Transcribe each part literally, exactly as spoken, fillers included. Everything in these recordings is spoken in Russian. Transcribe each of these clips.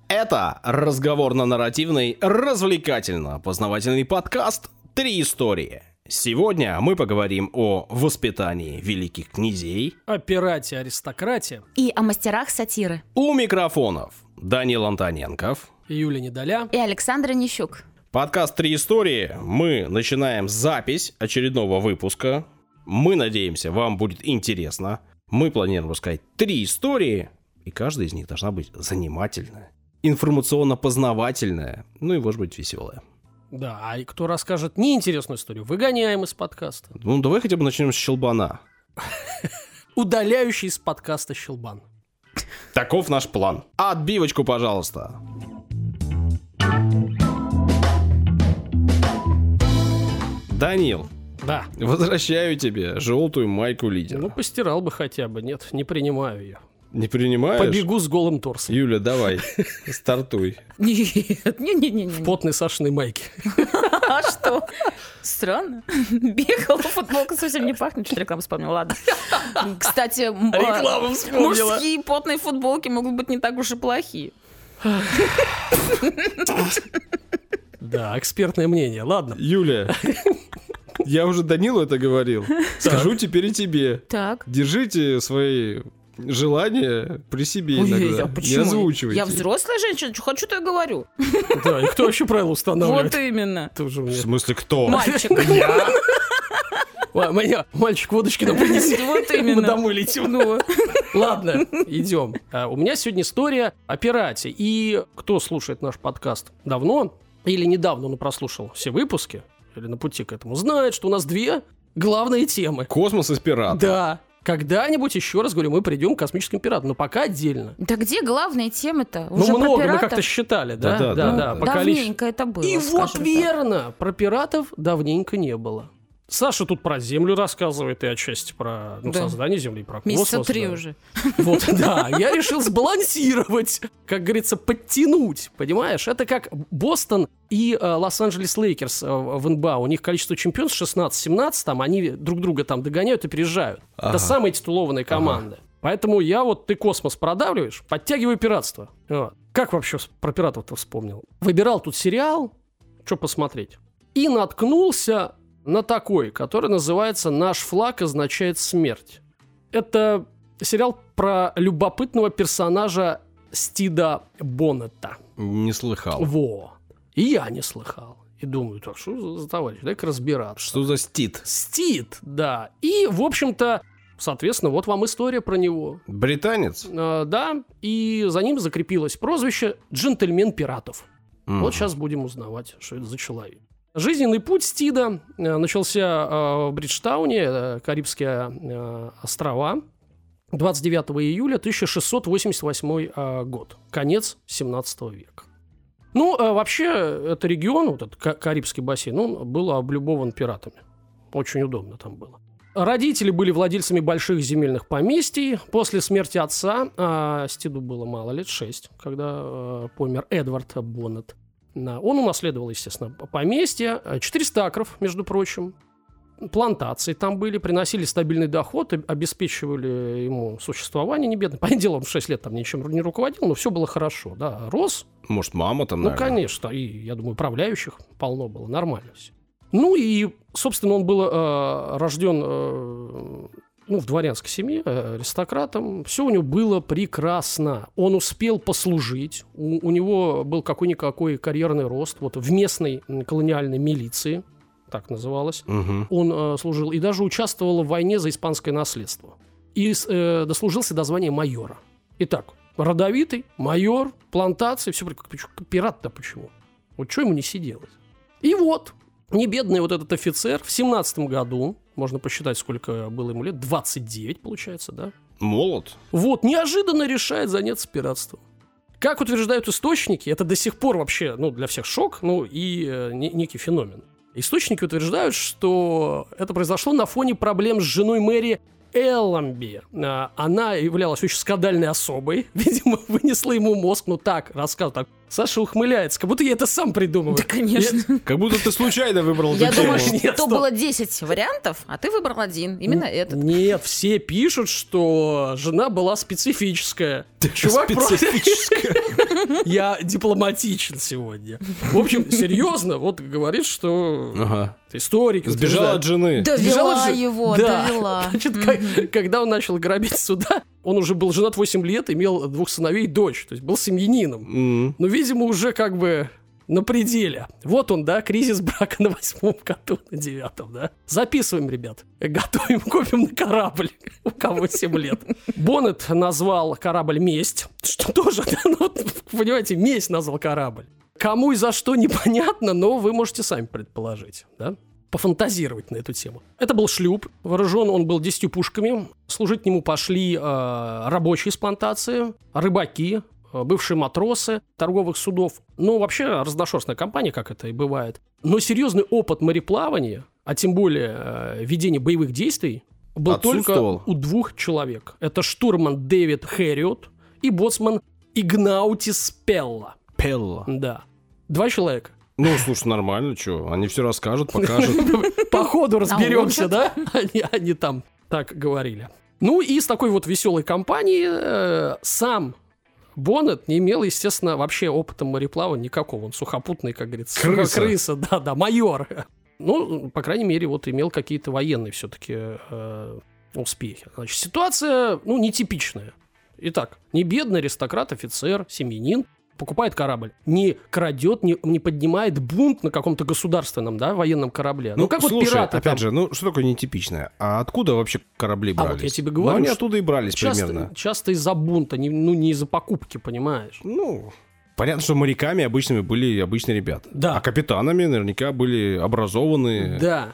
Это разговорно-нарративный, развлекательно-познавательный подкаст «Три истории». Сегодня мы поговорим о воспитании великих князей, о пирате-аристократе и о мастерах сатиры. У микрофонов Данил Антоненков, Юлия Недоля и Александр Нищук. Подкаст «Три истории». Мы начинаем запись очередного выпуска. Мы надеемся, вам будет интересно. Мы планируем рассказать три истории, и каждая из них должна быть занимательная, информационно-познавательная, ну и, может быть, веселая. Да, а кто расскажет неинтересную историю, выгоняем из подкаста. Ну, давай хотя бы начнем с щелбана. Удаляющий из подкаста щелбан. Таков наш план. Отбивочку, пожалуйста. Данил, да. Возвращаю тебе желтую майку лидера. Ну, постирал бы хотя бы. Нет, не принимаю ее. Не принимаешь? Побегу с голым торсом. Юля, давай, стартуй. Нет, не-не-не. В потной Сашиной майке. А что? Странно. Бегала, футболка совсем не пахнет. Что-то рекламу вспомнила, ладно. Кстати, рекламу вспомнила. Мужские потные футболки могут быть не так уж и плохие. Да, экспертное мнение. Ладно. Юля, я уже Данилу это говорил. Скажу теперь и тебе. Так. Держите свои желания при себе Ой, иногда. а почему? Не озвучивайте. Я взрослая женщина, что хочу, то я говорю. Да, и кто вообще правила устанавливает? Вот именно. Тоже В мне. смысле, кто? Мальчик. Я? Меня мальчик водочки нам принеси. Вот именно. Мы домой летим. Ну. Ладно, идем. А, у меня сегодня история о пирате. И кто слушает наш подкаст давно или недавно, он прослушал все выпуски, или на пути к этому, знает, что у нас две главные темы. Космос из пиратов. Да. Когда-нибудь, еще раз говорю, мы придем к космическим пиратам, но пока отдельно. Да где главные темы-то? Ну, Уже про много, мы пиратов? как-то считали, да? Да, да, да. по количеству. Давненько это было, И вот скажем так. верно, про пиратов давненько не было. Саша тут про Землю рассказывает и отчасти про ну, Да. создание Земли, про космос. Месяца три да. уже. Вот, да, я решил сбалансировать, как говорится, подтянуть, понимаешь? Это как Бостон и э, Лос-Анджелес Лейкерс э, в эн бэ а. У них количество чемпионств шестнадцать-семнадцать, там они друг друга там догоняют и переезжают. Ага. Это самые титулованные команды. Ага. Поэтому я вот, ты космос продавливаешь, подтягиваю пиратство. Вот. Как вообще про пиратов-то вспомнил? Выбирал тут сериал, что посмотреть, и наткнулся на такой, который называется «Наш флаг означает смерть». Это сериал про любопытного персонажа Стида Боннета. Не слыхал. Во. И я не слыхал. И думаю, так что за товарищ, дай-ка разбираться. Что за стид? Стид, да. И, в общем-то, соответственно, вот вам история про него. Британец? А, да, и за ним закрепилось прозвище «Джентльмен пиратов». Mm. Вот сейчас будем узнавать, что это за человек. Жизненный путь Стида э, начался э, в Бриджтауне, э, Карибские э, острова, двадцать девятого июля тысяча шестьсот восемьдесят восьмой э, год, конец семнадцатого века. Ну, э, вообще, это регион, вот этот Карибский бассейн, он был облюбован пиратами. Очень удобно там было. Родители были владельцами больших земельных поместий. После смерти отца, э, Стиду было мало лет, шесть, когда э, помер Эдвард Боннет. Он унаследовал, естественно, поместье, четыреста акров, между прочим, плантации там были, приносили стабильный доход, обеспечивали ему существование не бедное. Понятное дело, он в шесть лет там ничем не руководил, но все было хорошо, да, рос. Может, мама там, Ну, наверное. конечно, и, я думаю, управляющих полно было, нормально все. Ну, и, собственно, он был э, рожден э, ну, в дворянской семье, э, аристократом. Все у него было прекрасно. Он успел послужить. У, у него был какой-никакой карьерный рост. Вот в местной колониальной милиции, так называлось, Угу. он э, служил. И даже участвовал в войне за испанское наследство. И э, дослужился до звания майора. Итак, родовитый, майор, плантации, все. Пират-то почему? Вот что ему не сиделось? И вот, небедный вот этот офицер в семнадцатом году, можно посчитать, сколько было ему лет, двадцать девять, получается, да? Молод? Вот, неожиданно решает заняться пиратством. Как утверждают источники, это до сих пор вообще, ну, для всех шок, ну, и э, не, некий феномен. Источники утверждают, что это произошло на фоне проблем с женой Мэри Элламби. Она являлась очень скандальной особой, видимо, вынесла ему мозг, ну так, рассказывают, так, Саша ухмыляется, как будто я это сам придумываю. Да, конечно. Как будто ты случайно выбрал эту Я тему. думаю, Нет, что стоп. было десять вариантов, а ты выбрал один. Именно этот. Нет, все пишут, что жена была специфическая. Чувак просто... Я дипломатичен сегодня. В общем, серьезно, вот говорит, что Ага. историки... Сбежала от жены. Сбежала Довела же- его, Да. довела. Значит, как- когда он начал грабить суда, он уже был женат восемь лет, имел двух сыновей и дочь, то есть был семьянином. М. Но, видимо, уже как бы на пределе. Вот он, да, кризис брака на восьмом году, на девятом, да. Записываем, ребят. Готовим, копим на корабль. У кого семь лет. Боннет назвал корабль «Месть». Что тоже, да, ну, вот, понимаете, «Месть» назвал корабль. Кому и за что непонятно, но вы можете сами предположить, да. Пофантазировать на эту тему. Это был шлюп. Вооружен он был десятью пушками. Служить к нему пошли э, рабочие с плантации, рыбаки, э, бывшие матросы торговых судов. Ну, вообще, разношерстная компания, как это и бывает. Но серьезный опыт мореплавания, а тем более э, ведения боевых действий, был только Отсутствовал. у двух человек. Это штурман Дэвид Хэриот и боцман Игнаутис Пелла. Пелла. Да. Два человека. Ну, слушай, нормально, что? Они все расскажут, покажут. По ходу разберемся, Научат. да? Они, они там так говорили. Ну и с такой вот веселой компанией э, сам Боннет не имел, естественно, вообще опыта мореплавания никакого. Он сухопутный, как говорится. Крыса. Крыса, да, да, майор. Ну, по крайней мере, вот имел какие-то военные все-таки э, успехи. Значит, ситуация, ну, нетипичная. Итак, не бедный аристократ, офицер, семьянин покупает корабль, не крадет, не, не поднимает бунт на каком-то государственном, да, военном корабле. Ну, как слушай, вот пираты опять там. же, ну, что такое нетипичное? А откуда вообще корабли А брались? вот я тебе Ну, говорю, они что оттуда и брались часто, примерно. часто из-за бунта, не, ну, не из-за покупки, понимаешь? Ну, понятно, что моряками обычными были обычные ребята. Да. А капитанами наверняка были образованные. Да,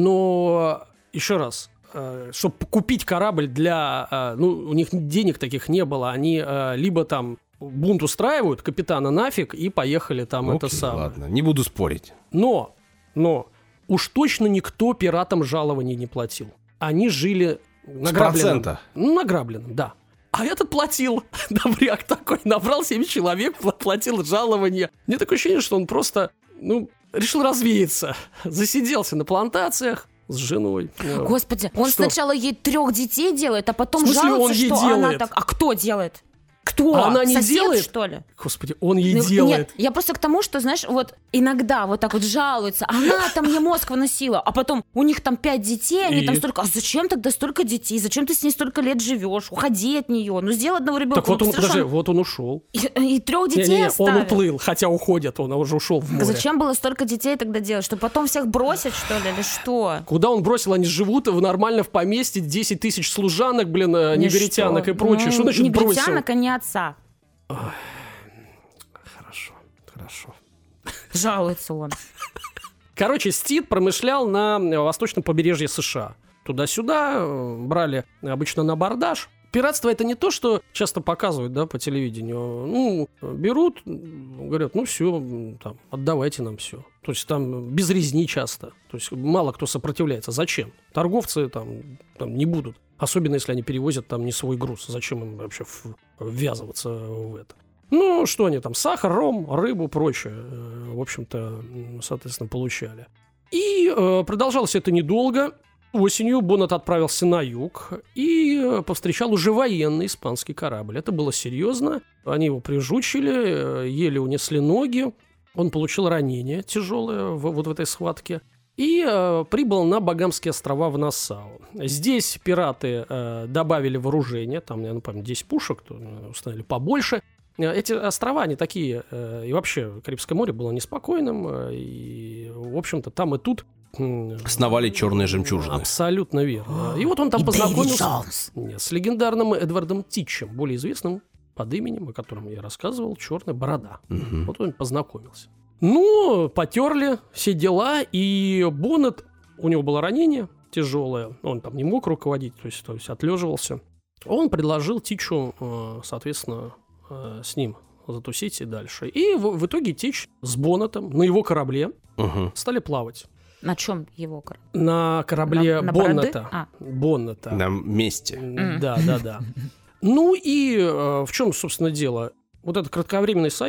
но еще раз, чтобы купить корабль для... э, ну, у них денег таких не было, они э, либо там бунт устраивают, капитана нафиг, и поехали там это Окей, самое. ладно, не буду спорить. Но, но, уж точно никто пиратам жалований не платил. Они жили награбленным. процента. Ну, награбленным, да. А этот платил, добряк такой, набрал семь человек, пла- платил жалование. Мне такое ощущение, что он просто, ну, решил развеяться. Засиделся на плантациях с женой. Господи, он Что? сначала ей трех детей делает, а потом В смысле, жалуется, он ей что она делает? так... А кто делает? Кто? А она не Сосед, делает? что ли? Господи, он ей Ну, делает. Нет, я просто к тому, что, знаешь, вот иногда вот так вот жалуются, она-то мне мозг выносила, а потом у них там пять детей, они И? там столько, а зачем тогда столько детей, зачем ты с ней столько лет живешь, уходи от нее, ну сделай одного ребенка. Так вот ну, он, представляешь, подожди, вот он ушел. И, и трех детей Не-не-не, он оставил. уплыл, хотя уходит, он уже ушел в море. Зачем было столько детей тогда делать, чтобы потом всех бросить, что ли, или что? Куда он бросил? Они живут в нормально в поместье, десять тысяч служанок, блин, э, Ну негритянок что? и прочее. Ну, Что значит бросил? негритянок, а не отца. Хорошо, хорошо. Жалуется он. Короче, Стит промышлял на восточном побережье США. Туда-сюда э, брали обычно на абордаж. Пиратство — это не то, что часто показывают, да, по телевидению. Ну, берут, говорят, ну все, там, отдавайте нам все. То есть там без резни часто. То есть мало кто сопротивляется. Зачем? Торговцы там, там не будут. Особенно, если они перевозят там не свой груз. Зачем им вообще в- ввязываться в это? Ну, что они там, сахар, ром, рыбу, прочее, э, в общем-то, м, соответственно, получали. И э, продолжалось это недолго. Осенью Боннет отправился на юг и э, повстречал уже военный испанский корабль. Это было серьезно. Они его прижучили, э, еле унесли ноги. Он получил ранение тяжелое в, вот в этой схватке. И э, прибыл на Багамские острова в Нассау. Здесь пираты э, добавили вооружение. Там, я не помню, десять пушек, то, э, установили побольше. Эти острова, они такие, э, и вообще Карибское море было неспокойным, э, и, в общем-то, там и тут... м, Сновали черные жемчужины. Абсолютно верно. И вот он там И Дэвид познакомился Джонс. Нет, с легендарным Эдвардом Титчем, более известным под именем, о котором я рассказывал, «Черная борода». Мгм. Вот он познакомился. Ну, потерли все дела, и Боннет, у него было ранение тяжелое, он там не мог руководить, то есть, то есть отлеживался. Он предложил Титчу, э, соответственно, э, с ним затусить и дальше. И в, в итоге Титч с Боннетом на его корабле Мгм. стали плавать. На чем его корабль? На корабле На- на бороды? Боннета. А. Боннета. На месте. М, Да, да, да. Ну и э, в чем, собственно, дело? Вот этот кратковременный союз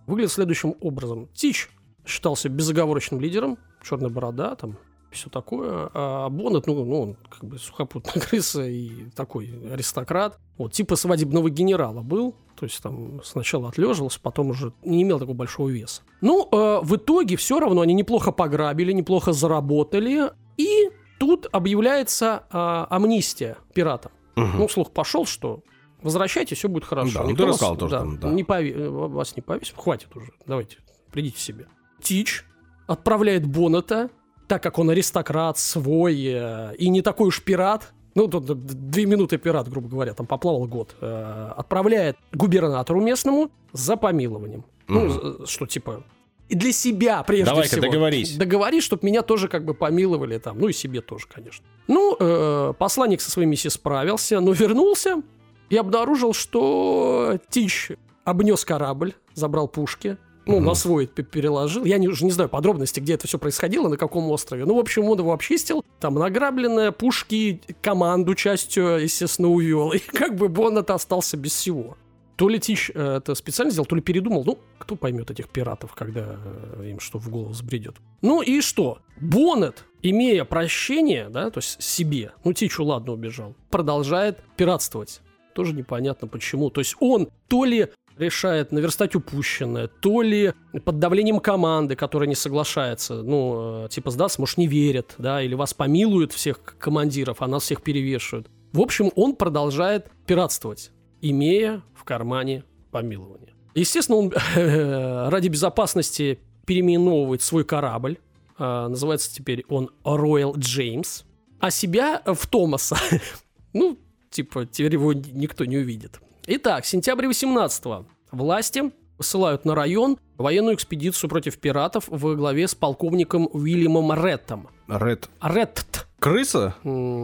выглядит следующим образом. Тич считался безоговорочным лидером, черная борода, там, все такое. А Боннет, ну, ну, он как бы сухопутная крыса и такой аристократ. Вот, типа свадебного генерала был. То есть там сначала отлеживался, потом уже не имел такого большого веса. Ну, э, в итоге все равно они неплохо пограбили, неплохо заработали. И тут объявляется э, амнистия пиратам. Угу. Ну, слух пошел, что возвращайтесь, все будет хорошо. Да, ну ты рассказал тоже. Да, там, да. Не пове... Вас не повесят. Хватит уже, давайте, придите в себя. Тич отправляет Боннета, так как он аристократ свой э, и не такой уж пират, ну, тут две минуты пират, грубо говоря, там поплавал год, э, отправляет губернатору местному за помилованием. Угу. Ну, что типа... И для себя, прежде Давай-ка всего. договорись. Договорись, чтобы меня тоже как бы помиловали там. Ну, и себе тоже, конечно. Ну, э, посланник со своей миссией справился, но вернулся и обнаружил, что Тич обнес корабль, забрал пушки, ну, угу. на свой переложил. Я не, уже не знаю подробности, где это все происходило, на каком острове. Ну, в общем, он его обчистил. Там награбленное, пушки, команду частью, естественно, увел. И как бы Боннет остался без всего. То ли Тич э, это специально сделал, то ли передумал. Ну, кто поймет этих пиратов, когда э, им что в голову взбредет. Ну и что? Боннет, имея прощение, да, то есть себе, ну, Тичу, ладно, убежал, продолжает пиратствовать. Тоже непонятно почему. То есть он то ли решает наверстать упущенное, то ли под давлением команды, которая не соглашается, ну, типа сдастся, может, не верят, да, или вас помилуют всех командиров, а нас всех перевешивают. В общем, он продолжает пиратствовать, имея в кармане помилование. Естественно, он ради безопасности переименовывает свой корабль, называется теперь он Royal James, а себя в Томаса. Ну, типа, теперь его никто не увидит. Итак, сентябрь восемнадцатого власти посылают на район военную экспедицию против пиратов во главе с полковником Уильямом Реттом. Ред. Ретт. Крыса?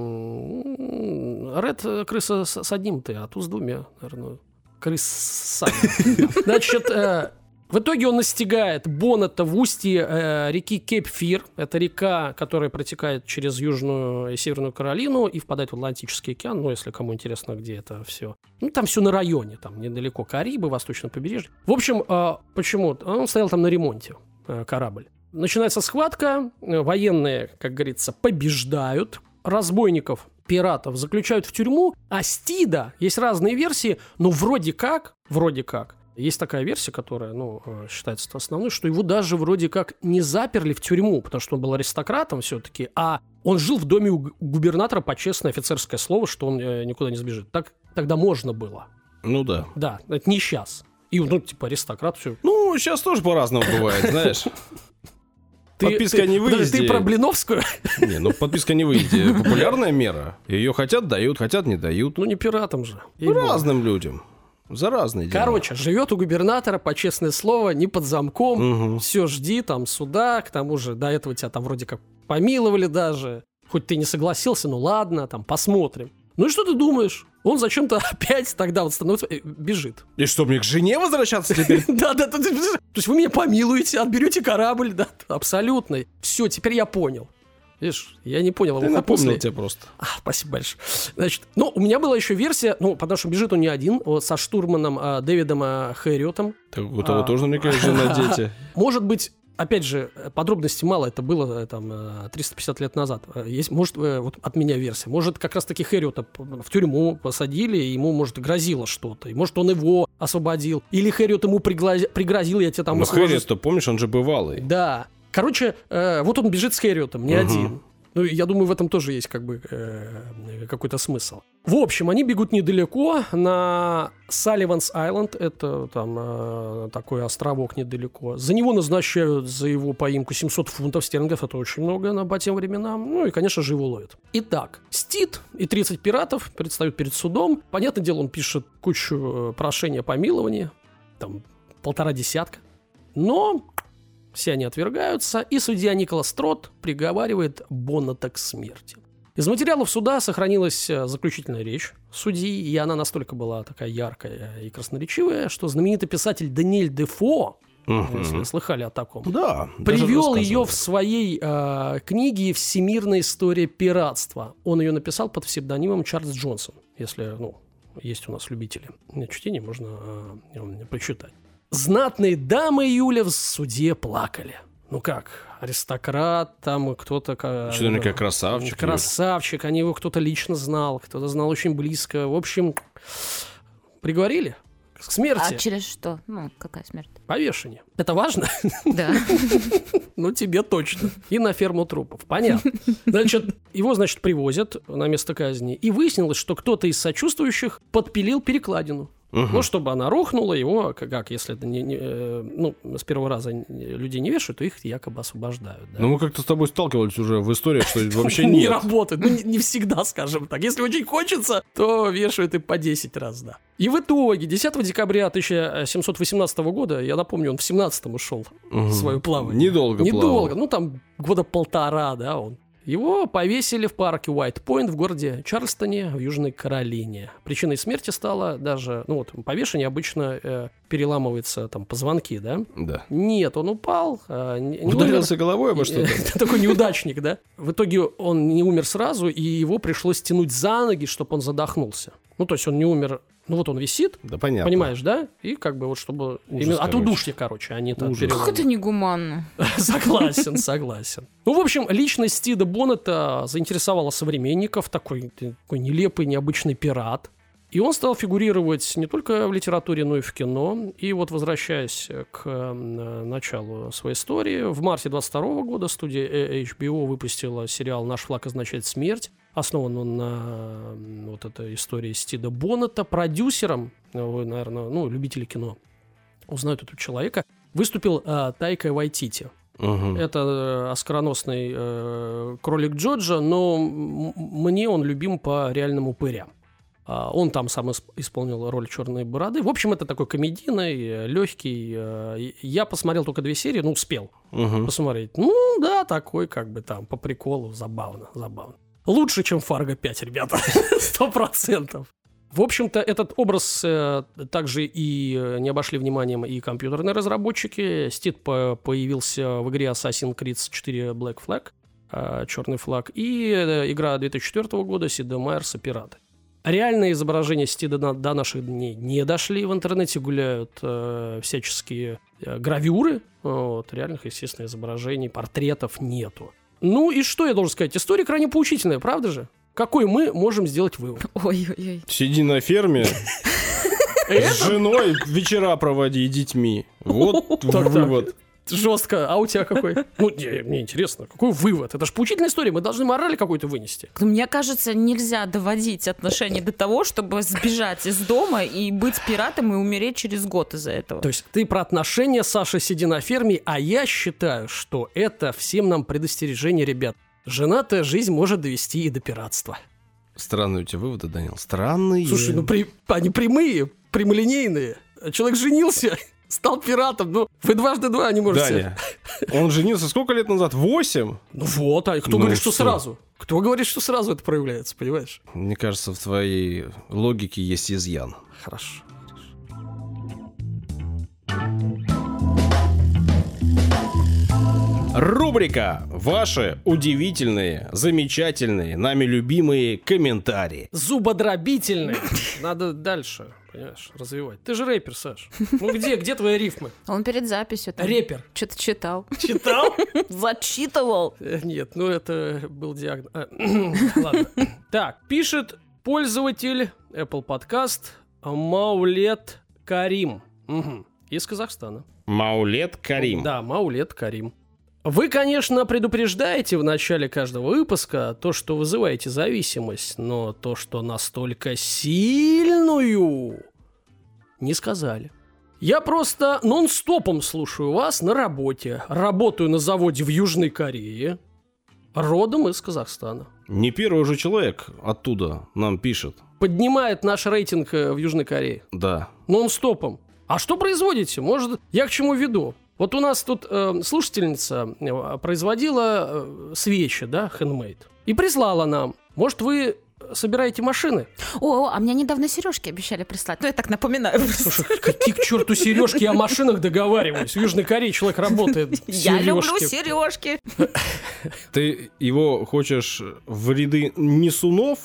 Ред крыса с, с одним Т, а тут с двумя, наверное. Крысами. Значит, э, в итоге он настигает Боннета в устье э, реки Кейп-Фир. Это река, которая протекает через Южную и Северную Каролину и впадает в Атлантический океан. Ну, если кому интересно, где это все. Ну, там все на районе, там недалеко Карибы, Восточное побережье. В общем, э, почему? Он стоял там на ремонте, э, корабль. Начинается схватка, военные, как говорится, побеждают, разбойников, пиратов заключают в тюрьму, а Стида, есть разные версии, но вроде как, вроде как, есть такая версия, которая, ну, считается основной, что его даже вроде как не заперли в тюрьму, потому что он был аристократом все-таки, а он жил в доме у губернатора по честное офицерское слово, что он никуда не сбежит. Так тогда можно было. Ну да. Да, это не сейчас. И, ну, типа, аристократ, все. Ну, сейчас тоже по-разному бывает, знаешь. Ты, подписка ты, не выйдет. Ты про Блиновскую? Не, ну подписка не выйдет. Популярная мера. Ее хотят дают, хотят не дают. Ну не пиратам же. Ну, разным людям. За разные дела. Короче, живет у губернатора, по честное слово, не под замком. Угу. Все, жди, там суда. К тому же до этого тебя там вроде как помиловали даже. Хоть ты не согласился, ну ладно, там посмотрим. Ну и что ты думаешь? Он зачем-то опять тогда вот становится... э, бежит. И что, мне к жене возвращаться теперь? Да-да, то есть вы меня помилуете, отберете корабль, да, абсолютно. Все, теперь я понял. Видишь, я не понял. Я напомнил тебе просто. А, спасибо большое. Значит, ну, у меня была еще версия, ну, потому что бежит он не один, вот, со штурманом а, Дэвидом а, Хэриотом. Так у того а, тоже, мне кажется, жена, дети. Может быть, опять же, подробностей мало, это было там триста пятьдесят лет назад. Есть, может, вот от меня версия. Может, как раз-таки Хэриота в тюрьму посадили, и ему, может, грозило что-то. И, может, он его освободил. Или Хэриот ему пригла- пригрозил, я тебе там... Ну, Хэриот-то, помнишь, он же бывалый. Да. Короче, э, вот он бежит с Хэриотом, не угу. один. Ну, я думаю, в этом тоже есть как бы э, какой-то смысл. В общем, они бегут недалеко, на Салливанс-Айленд, это там э, такой островок недалеко. За него назначают за его поимку семьсот фунтов стерлингов, это очень много на, по тем временам. Ну и, конечно же, его ловят. Итак, Стид и тридцать пиратов предстают перед судом. Понятное дело, он пишет кучу прошений о помиловании, там полтора десятка. Но... все они отвергаются, и судья Николас Трот приговаривает Боннета к смерти. Из материалов суда сохранилась заключительная речь судьи, и она настолько была такая яркая и красноречивая, что знаменитый писатель Даниэль Дефо, угу. если вы слыхали о таком, да, привел ее в своей э, книге «Всемирная история пиратства». Он ее написал под псевдонимом Чарльз Джонсон, если, ну, есть у нас любители чтения, можно э, почитать. Знатные дамы Юля в суде плакали. Ну как, аристократ, там кто-то... Что наверняка красавчик. Красавчик, они его кто-то лично знал, кто-то знал очень близко. В общем, приговорили к смерти. А через что? Ну, какая смерть? Повешение. Это важно? Да. Ну, тебе точно. И на ферму трупов. Понятно. Значит, его, значит, привозят на место казни. И выяснилось, что кто-то из сочувствующих подпилил перекладину. Угу. Ну, чтобы она рухнула, его, как, если это не, не, ну, с первого раза людей не вешают, то их якобы освобождают. Да? Ну, мы как-то с тобой сталкивались уже в историях, что вообще нет. Не работает. Ну, не всегда, скажем так. Если очень хочется, то вешают и по десять раз, да. И в итоге десятого декабря тысяча семьсот восемнадцатого года, я напомню, он в семнадцатом ушел в свое плавание. Недолго плавал. Недолго, ну, там года полтора, да, он. Его повесили в парке Уайт-Пойнт в городе Чарльстоне в Южной Каролине. Причиной смерти стало даже, ну вот, повешение обычно э, переламывается там позвонки, да? Да. Нет, он упал. Э, не, Ударился умер. головой обо что-то. Такой неудачник, да? В итоге он не умер сразу, и его пришлось тянуть за ноги, чтобы он задохнулся. Ну, то есть он не умер... Ну вот он висит, да, понятно. Понимаешь, да? И как бы вот чтобы... Ужас, именно от удушья, короче, а не от перелома. Как это негуманно. Согласен, согласен. Ну, в общем, личность Стида Боннета заинтересовала современников. Такой, такой нелепый, необычный пират. И он стал фигурировать не только в литературе, но и в кино. И вот, возвращаясь к началу своей истории, в марте двадцать второго года студия эйч би о выпустила сериал «Наш флаг означает смерть». Основан он на вот этой истории Стида Боннета. Продюсером, вы, наверное, ну, любители кино узнают этого человека, выступил э, Тайка Вайтити. Угу. Это э, оскароносный э, кролик Джоджа, но м- мне он любим по реальным упырям. А, он там сам исп- исполнил роль черной бороды. В общем, это такой комедийный, легкий. Э, я посмотрел только две серии, ну, успел угу. посмотреть. Ну, да, такой как бы там по приколу, забавно, забавно. Лучше, чем Фарго пять, ребята. Сто процентов. В общем-то, этот образ э, также и не обошли вниманием и компьютерные разработчики. Стид по- появился в игре Assassin's Creed четыре Black Flag, э, черный флаг, и э, игра две тысячи четвёртого года Сида Майерса «Пираты». Реальные изображения Стида на, до наших дней не дошли. В интернете гуляют э, всяческие э, гравюры. Вот, реальных, естественно, изображений, портретов нету. Ну и что я должен сказать? История крайне поучительная, правда же? Какой мы можем сделать вывод? Ой-ой-ой. Сиди на ферме с женой, вечера проводи и детьми. Вот вывод. Жестко. А у тебя какой? Ну, мне интересно, какой вывод? Это же поучительная история, мы должны мораль какую-то вынести. Мне кажется, нельзя доводить отношения до того, чтобы сбежать из дома и быть пиратом и умереть через год из-за этого. То есть ты про отношения, Саша, сиди на ферме, а я считаю, что это всем нам предостережение, ребят. Женатая жизнь может довести и до пиратства. Странные у тебя выводы, Данил. Странные. Слушай, ну при... они прямые, прямолинейные. Человек женился... Стал пиратом, ну, вы дважды два не можете. Даня, он женился сколько лет назад? Восемь? Ну вот, а кто ну говорит, что, что сразу? Кто говорит, что сразу это проявляется, понимаешь? Мне кажется, в твоей логике есть изъян. Хорошо. Рубрика «Ваши удивительные, замечательные, нами любимые комментарии». Зубодробительные. Надо дальше, понимаешь, развивать. Ты же рэпер, Саш. Ну где, где твои рифмы? Он перед записью там рэпер. Что-то читал. Читал? Зачитывал. Нет, ну это был диагноз. Ладно. Так, пишет пользователь Apple Podcast Маулет Карим. Из Казахстана. Маулет Карим. Да, Маулет Карим. Вы, конечно, предупреждаете в начале каждого выпуска то, что вызываете зависимость, но то, что настолько сильную, не сказали. Я просто нон-стопом слушаю вас на работе. Работаю на заводе в Южной Корее. Родом из Казахстана. Не первый уже человек оттуда нам пишет. Поднимает наш рейтинг в Южной Корее. Да. Нон-стопом. А что производите? Может, я к чему веду? Вот у нас тут э, слушательница производила э, свечи, да, handmade, и прислала нам. Может, вы собираете машины? О, а мне недавно сережки обещали прислать. Ну, я так напоминаю. Слушай, какие к черту сережки, я о машинах договариваюсь. В Южной Корее человек работает. Я люблю сережки. Ты его хочешь в ряды несунов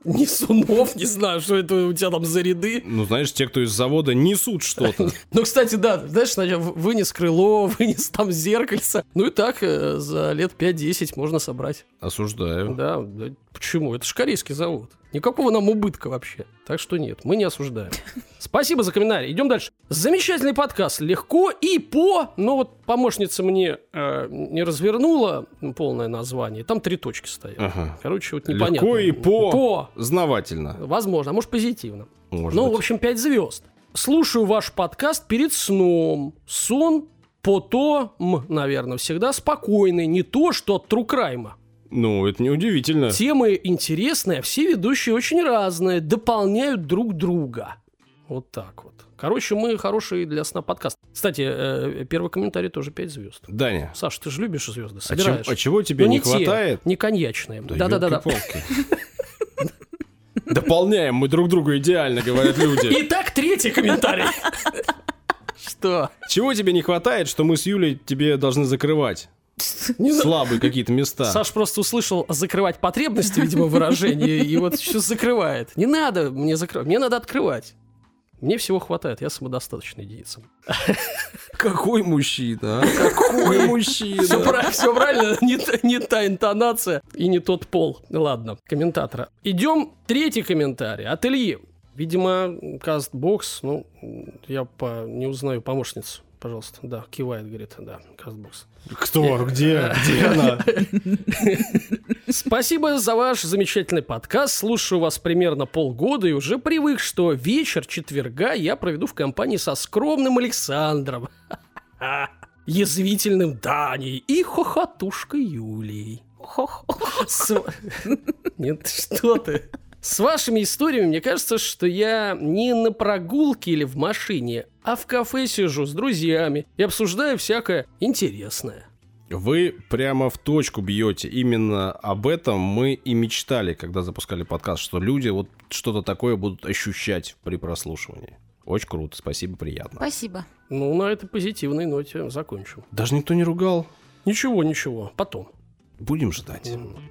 Несунов, не знаю, что это у тебя там за ряды. Ну, знаешь, те, кто из завода несут что-то. Ну, кстати, да, знаешь, сначала вынес крыло, вынес там зеркальце. Ну и так э, за лет пять-десять можно собрать. Осуждаю. Да, да, почему? Это же корейский завод. Никакого нам убытка вообще. Так что нет, мы не осуждаем. Спасибо за комментарий. Идем дальше. Замечательный подкаст. Легко и по... Но вот помощница мне э, не развернула полное название. Там три точки стоят. Ага. Короче, вот непонятно. Легко и по... По. Знавательно. Возможно, а может позитивно. Может ну, быть. в общем, пять звезд. Слушаю ваш подкаст перед сном. Сон потом, наверное, всегда спокойный. Не то, что от True Crime. Ну, это неудивительно. Темы интересные, а все ведущие очень разные, дополняют друг друга. Вот так вот. Короче, мы хороший для сна подкаст. Кстати, э, первый комментарий тоже пять звезд. Даня. Саш, ты же любишь звезды, А, собираешь. чем, а чего тебе Ну, не те, хватает? не коньячные. Да Да-да-да. ёлки-палки. Дополняем мы друг друга идеально, говорят люди. Итак, третий комментарий. Что? Чего тебе не хватает, что мы с Юлей тебе должны закрывать? Слабые какие-то места. Саш просто услышал закрывать потребности, видимо, выражение, и вот сейчас закрывает. Не надо мне закрывать, мне надо открывать. Мне всего хватает, я самодостаточный единица. Какой мужчина, а? Какой мужчина. Все, прав- все правильно, не, та- не та интонация и не тот пол. Ладно, комментатора. Идем, третий комментарий от Ильи. Видимо, Castbox, ну, я по, не узнаю помощницу. Пожалуйста, да, кивает, говорит, да, Castbox. Кто? Где? Где она? Спасибо за ваш замечательный подкаст. Слушаю вас примерно полгода и уже привык, что вечер четверга я проведу в компании со скромным Александром, язвительным Даней и хохотушкой Юлией. С- Нет, что ты? С вашими историями мне кажется, что я не на прогулке или в машине, а в кафе сижу с друзьями и обсуждаю всякое интересное. Вы прямо в точку бьете. Именно об этом мы и мечтали, когда запускали подкаст, что люди вот что-то такое будут ощущать при прослушивании. Очень круто, спасибо, приятно. Спасибо. Ну, на этой позитивной ноте закончим. Даже никто не ругал. Ничего, ничего, потом. Будем ждать.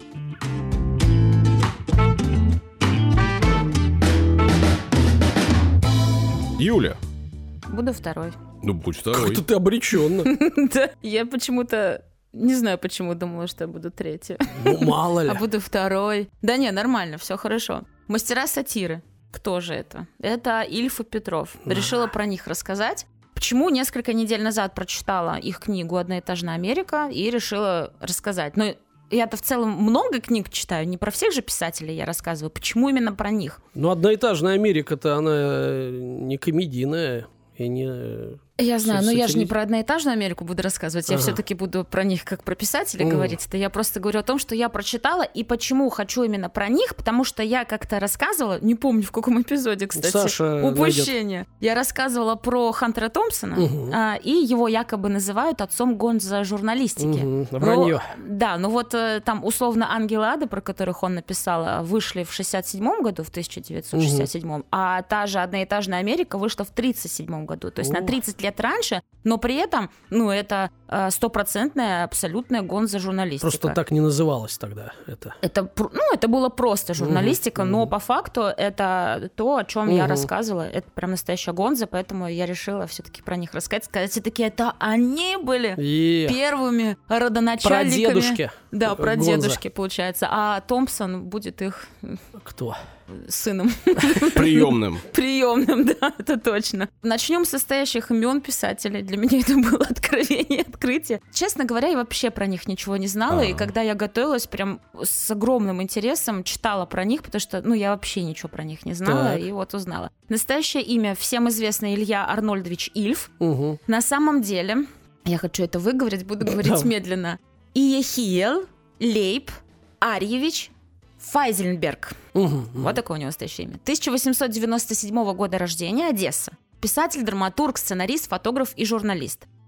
Юля. Буду второй. Ну, будь второй. Как-то ты обреченно. Да, я почему-то... Не знаю, почему думала, что я буду третья. Ну, мало ли. А буду второй. Да не, нормально, все хорошо. Мастера сатиры. Кто же это? Это Ильф и Петров. Решила про них рассказать. Почему несколько недель назад прочитала их книгу «Одноэтажная Америка» и решила рассказать. Но я-то в целом много книг читаю, не про всех же писателей я рассказываю. Почему именно про них? Ну, «Одноэтажная Америка»-то, она не комедийная и не... Я знаю, но я же не Сатиризм. про «Одноэтажную Америку» буду рассказывать. Я Ага. все-таки буду про них как про писателей Мгм. говорить. Это я просто говорю о том, что я прочитала, и почему хочу именно про них, потому что я как-то рассказывала, не помню в каком эпизоде, кстати, Саша упущение. Я рассказывала про Хантера Томпсона, Мгм. а, и его якобы называют отцом гонза журналистики. Мгм, Но- вранье. да, ну вот э, там условно «Ангелы ада», про которых он написал, э, вышли в шестьдесят седьмом году, в тысяча девятьсот шестьдесят седьмом, а та же «Одноэтажная Америка» вышла в тридцать седьмом году, то есть на Ух. тридцать лет раньше, но при этом, ну, это э, стопроцентная абсолютная гонза журналистика. Просто так не называлось тогда это. Это, пр- ну, это было просто журналистика, Мгм, но мгм. по факту это то, о чем я Мгм. рассказывала. Это прям настоящая гонза, поэтому я решила все-таки про них рассказать. Сказать, все-таки это они были И первыми про родоначальниками. дедушки. Да, про Гонза. дедушки, получается. А Томпсон будет их Кто? сыном. Приемным. Приемным, да, это точно. Начнем с настоящих имен писателей. Для меня это было откровение, открытие. Честно говоря, я вообще про них ничего не знала. А. И когда я готовилась, прям с огромным интересом читала про них, потому что, ну, я вообще ничего про них не знала, Так. и вот узнала. Настоящее имя всем известно Илья Арнольдович Ильф. Угу. На самом деле, я хочу это выговорить, буду говорить Давай. медленно. Иехиел Лейб Арьевич Файзенберг. Угу. Вот такое у него настоящее имя. тысяча восемьсот девяносто седьмого года рождения, Одесса. Писатель, драматург, сценарист, фотограф и журналист.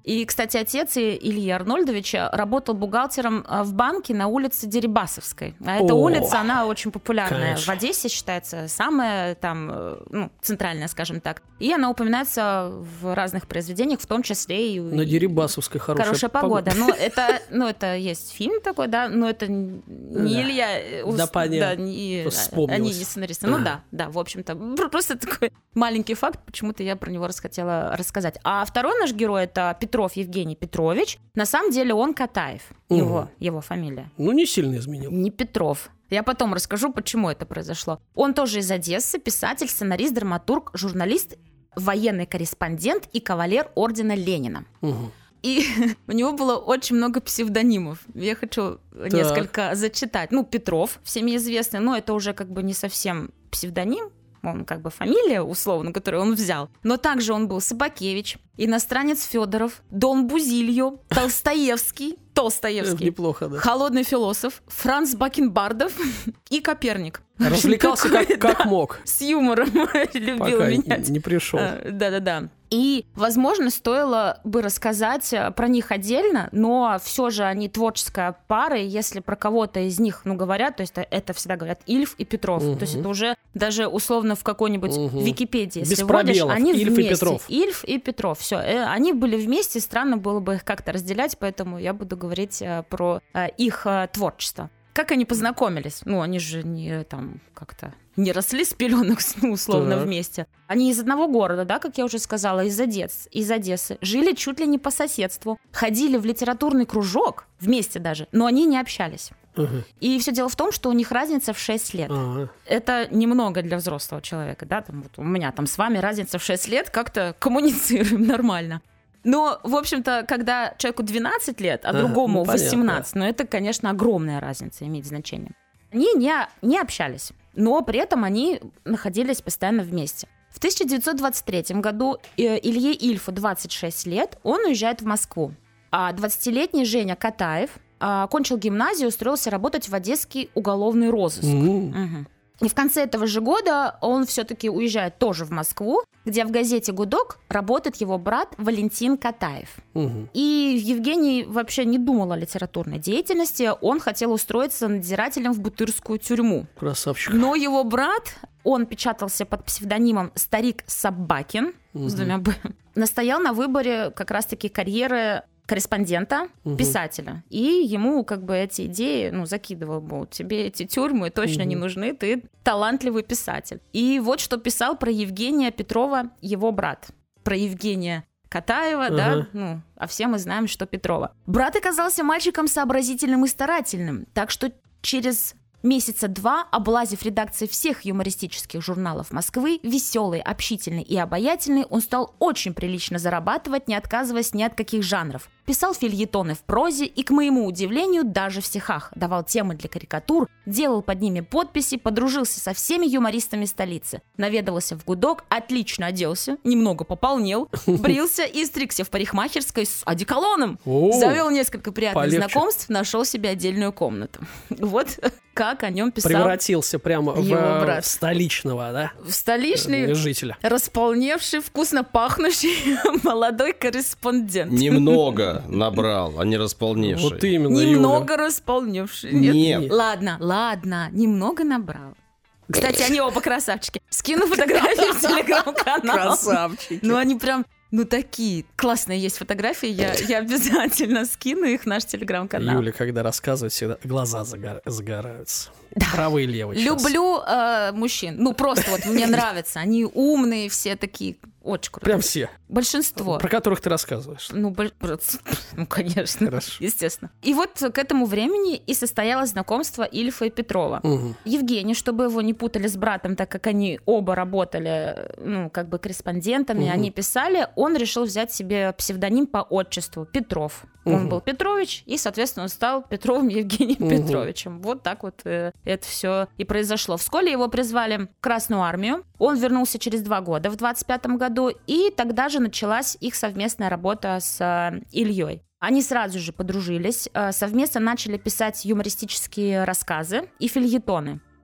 И, кстати, отец Ильи Арнольдовича работал бухгалтером в банке на улице Дерибасовской. А эта О, улица, она очень популярная. Конечно. В Одессе считается самая там, ну, центральная, скажем так. И она упоминается в разных произведениях, в том числе и... На Дерибасовской хорошая, хорошая погода. Ну, это, ну, это есть фильм такой, да, но это не Да. Илья... Да, Да, понятно. не, Вспомнилось. они не сценаристы. Ну да, да, в общем-то. Просто такой маленький факт, почему-то я про него расхотела рассказать. А второй наш герой — это Петров Евгений Петрович. На самом деле он Катаев, Угу. его, его фамилия. Ну, не сильно изменил. Не Петров. Я потом расскажу, почему это произошло. Он тоже из Одессы, писатель, сценарист, драматург, журналист, военный корреспондент и кавалер ордена Ленина. Угу. И у него было очень много псевдонимов. Я хочу так. несколько зачитать. Ну, Петров, всеми известный, но это уже как бы не совсем псевдоним. Он как бы фамилия, условно, которую он взял. Но также он был Собакевич, иностранец Федоров, Дон Бузильо, Толстоевский, Толстоевский, Неплохо, да. холодный философ, Франц Бакенбардов и Коперник. Развлекался как, Такой, как да, мог. с юмором любил Пока менять. не пришел. А, Да-да-да. И, возможно, стоило бы рассказать про них отдельно, но все же они творческая пара, и если про кого-то из них, ну, говорят, то есть это всегда говорят Ильф и Петров. Угу. То есть это уже даже условно в какой-нибудь Угу. Википедии, Без если вводишь, пробелов. они Ильф и вместе. Петров. Ильф и Петров, все. Они были вместе, странно было бы их как-то разделять, поэтому я буду говорить э, про э, их э, творчество. Как они познакомились? Ну, они же не там как-то не росли с пеленок, ну, условно, Так. вместе. Они из одного города, да, как я уже сказала, из, Одесс, из Одессы. Жили чуть ли не по соседству. Ходили в литературный кружок вместе даже, но они не общались. Угу. И все дело в том, что у них разница в шесть лет. Ага. Это немного для взрослого человека, да, там, вот у меня там с вами разница в шесть лет, как-то коммуницируем нормально. Но, в общем-то, когда человеку двенадцать лет, а Ага, другому ну, понятно, восемнадцать, ну, это, конечно, огромная разница, имеет значение. Они не, не общались, но при этом они находились постоянно вместе. В тысяча девятьсот двадцать третьем году э, Илье Ильфу двадцать шесть лет, он уезжает в Москву. А двадцатилетний Женя Катаев э, окончил гимназию и устроился работать в Одесский уголовный розыск. М. Мгм. И в конце этого же года он все-таки уезжает тоже в Москву, где в газете «Гудок» работает его брат Валентин Катаев. Мгм. И Евгений вообще не думал о литературной деятельности, он хотел устроиться надзирателем в Бутырскую тюрьму. Красавчик. Но его брат, он печатался под псевдонимом «Старик Собакин», Мгм. с двумя «б», настоял на выборе как раз-таки карьеры корреспондента, Мгм. писателя. И ему как бы эти идеи, ну, закидывал, мол, тебе эти тюрьмы точно Мгм. не нужны, ты талантливый писатель. И вот что писал про Евгения Петрова его брат. Про Евгения Катаева, Ага. да, ну, а все мы знаем, что Петрова. Брат оказался мальчиком сообразительным и старательным, так что через месяца два, облазив редакции всех юмористических журналов Москвы, веселый, общительный и обаятельный, он стал очень прилично зарабатывать, не отказываясь ни от каких жанров. Писал фельетоны в прозе и, к моему удивлению, даже в стихах. Давал темы для карикатур, делал под ними подписи, подружился со всеми юмористами столицы. Наведывался в «Гудок», отлично оделся, немного пополнел, брился и стригся в парикмахерской с одеколоном. О, Завел несколько приятных полегче. знакомств, нашел себе отдельную комнату. Вот как о нем писал Превратился прямо в, его э, брат. в столичного, да? в столичный, Жителя. располневший, вкусно пахнущий молодой корреспондент. Немного набрал, а не располневший. Вот именно, Немного располневший. Нет. Нет. Ладно, ладно, немного набрал. Кстати, они оба красавчики. Скину фотографии в Юля. телеграм-канал. Красавчики. Ну, они прям, ну, такие. Классные есть фотографии, я, я обязательно скину их в наш телеграм-канал. Юля, когда рассказывает, всегда глаза загор- загораются. Правый и левый. щас. Люблю э, мужчин. Ну, просто вот мне нравятся. Они умные все такие. Очень круто. Прям все. Большинство. Про которых ты рассказываешь. Ну, боль- ну, конечно, Хорошо. естественно. И вот к этому времени и состоялось знакомство Ильфа и Петрова. Мгм. Евгений, чтобы его не путали с братом, так как они оба работали, ну, как бы корреспондентами, Мгм. они писали, он решил взять себе псевдоним по отчеству Петров. Он Мгм. был Петрович, и, соответственно, он стал Петровым Евгением Мгм. Петровичем. Вот так вот э, это все и произошло. Вскоре его призвали в Красную армию. Он вернулся через два года, в двадцать пятом году, и тогда же началась их совместная работа с э, Ильей. Они сразу же подружились, э, совместно начали писать юмористические рассказы и фельетоны.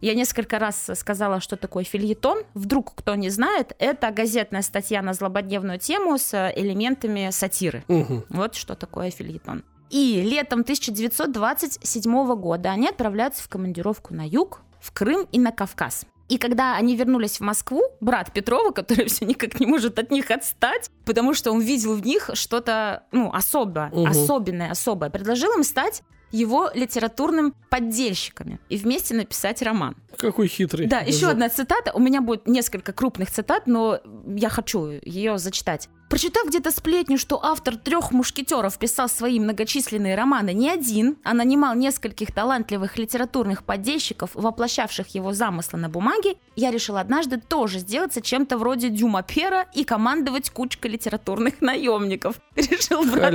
Я несколько раз сказала, что такое фельетон. Вдруг кто не знает, это газетная статья на злободневную тему с элементами сатиры. Угу. Вот что такое фельетон. И летом тысяча девятьсот двадцать седьмого года они отправляются в командировку на юг, в Крым и на Кавказ. И когда они вернулись в Москву, брат Петрова, который все никак не может от них отстать, потому что он видел в них что-то, ну, особое, угу. особенное, особое, предложил им стать его литературным поддельщиками и вместе написать роман. Какой хитрый. Да, еще одна цитата. У меня будет несколько крупных цитат, но я хочу ее зачитать. Прочитав где-то сплетню, что автор «Трех мушкетеров» писал свои многочисленные романы не один, а нанимал нескольких талантливых литературных поддельщиков, воплощавших его замыслы на бумаге, я решил однажды тоже сделаться чем-то вроде Дюма Пера и командовать кучкой литературных наемников. Решил брат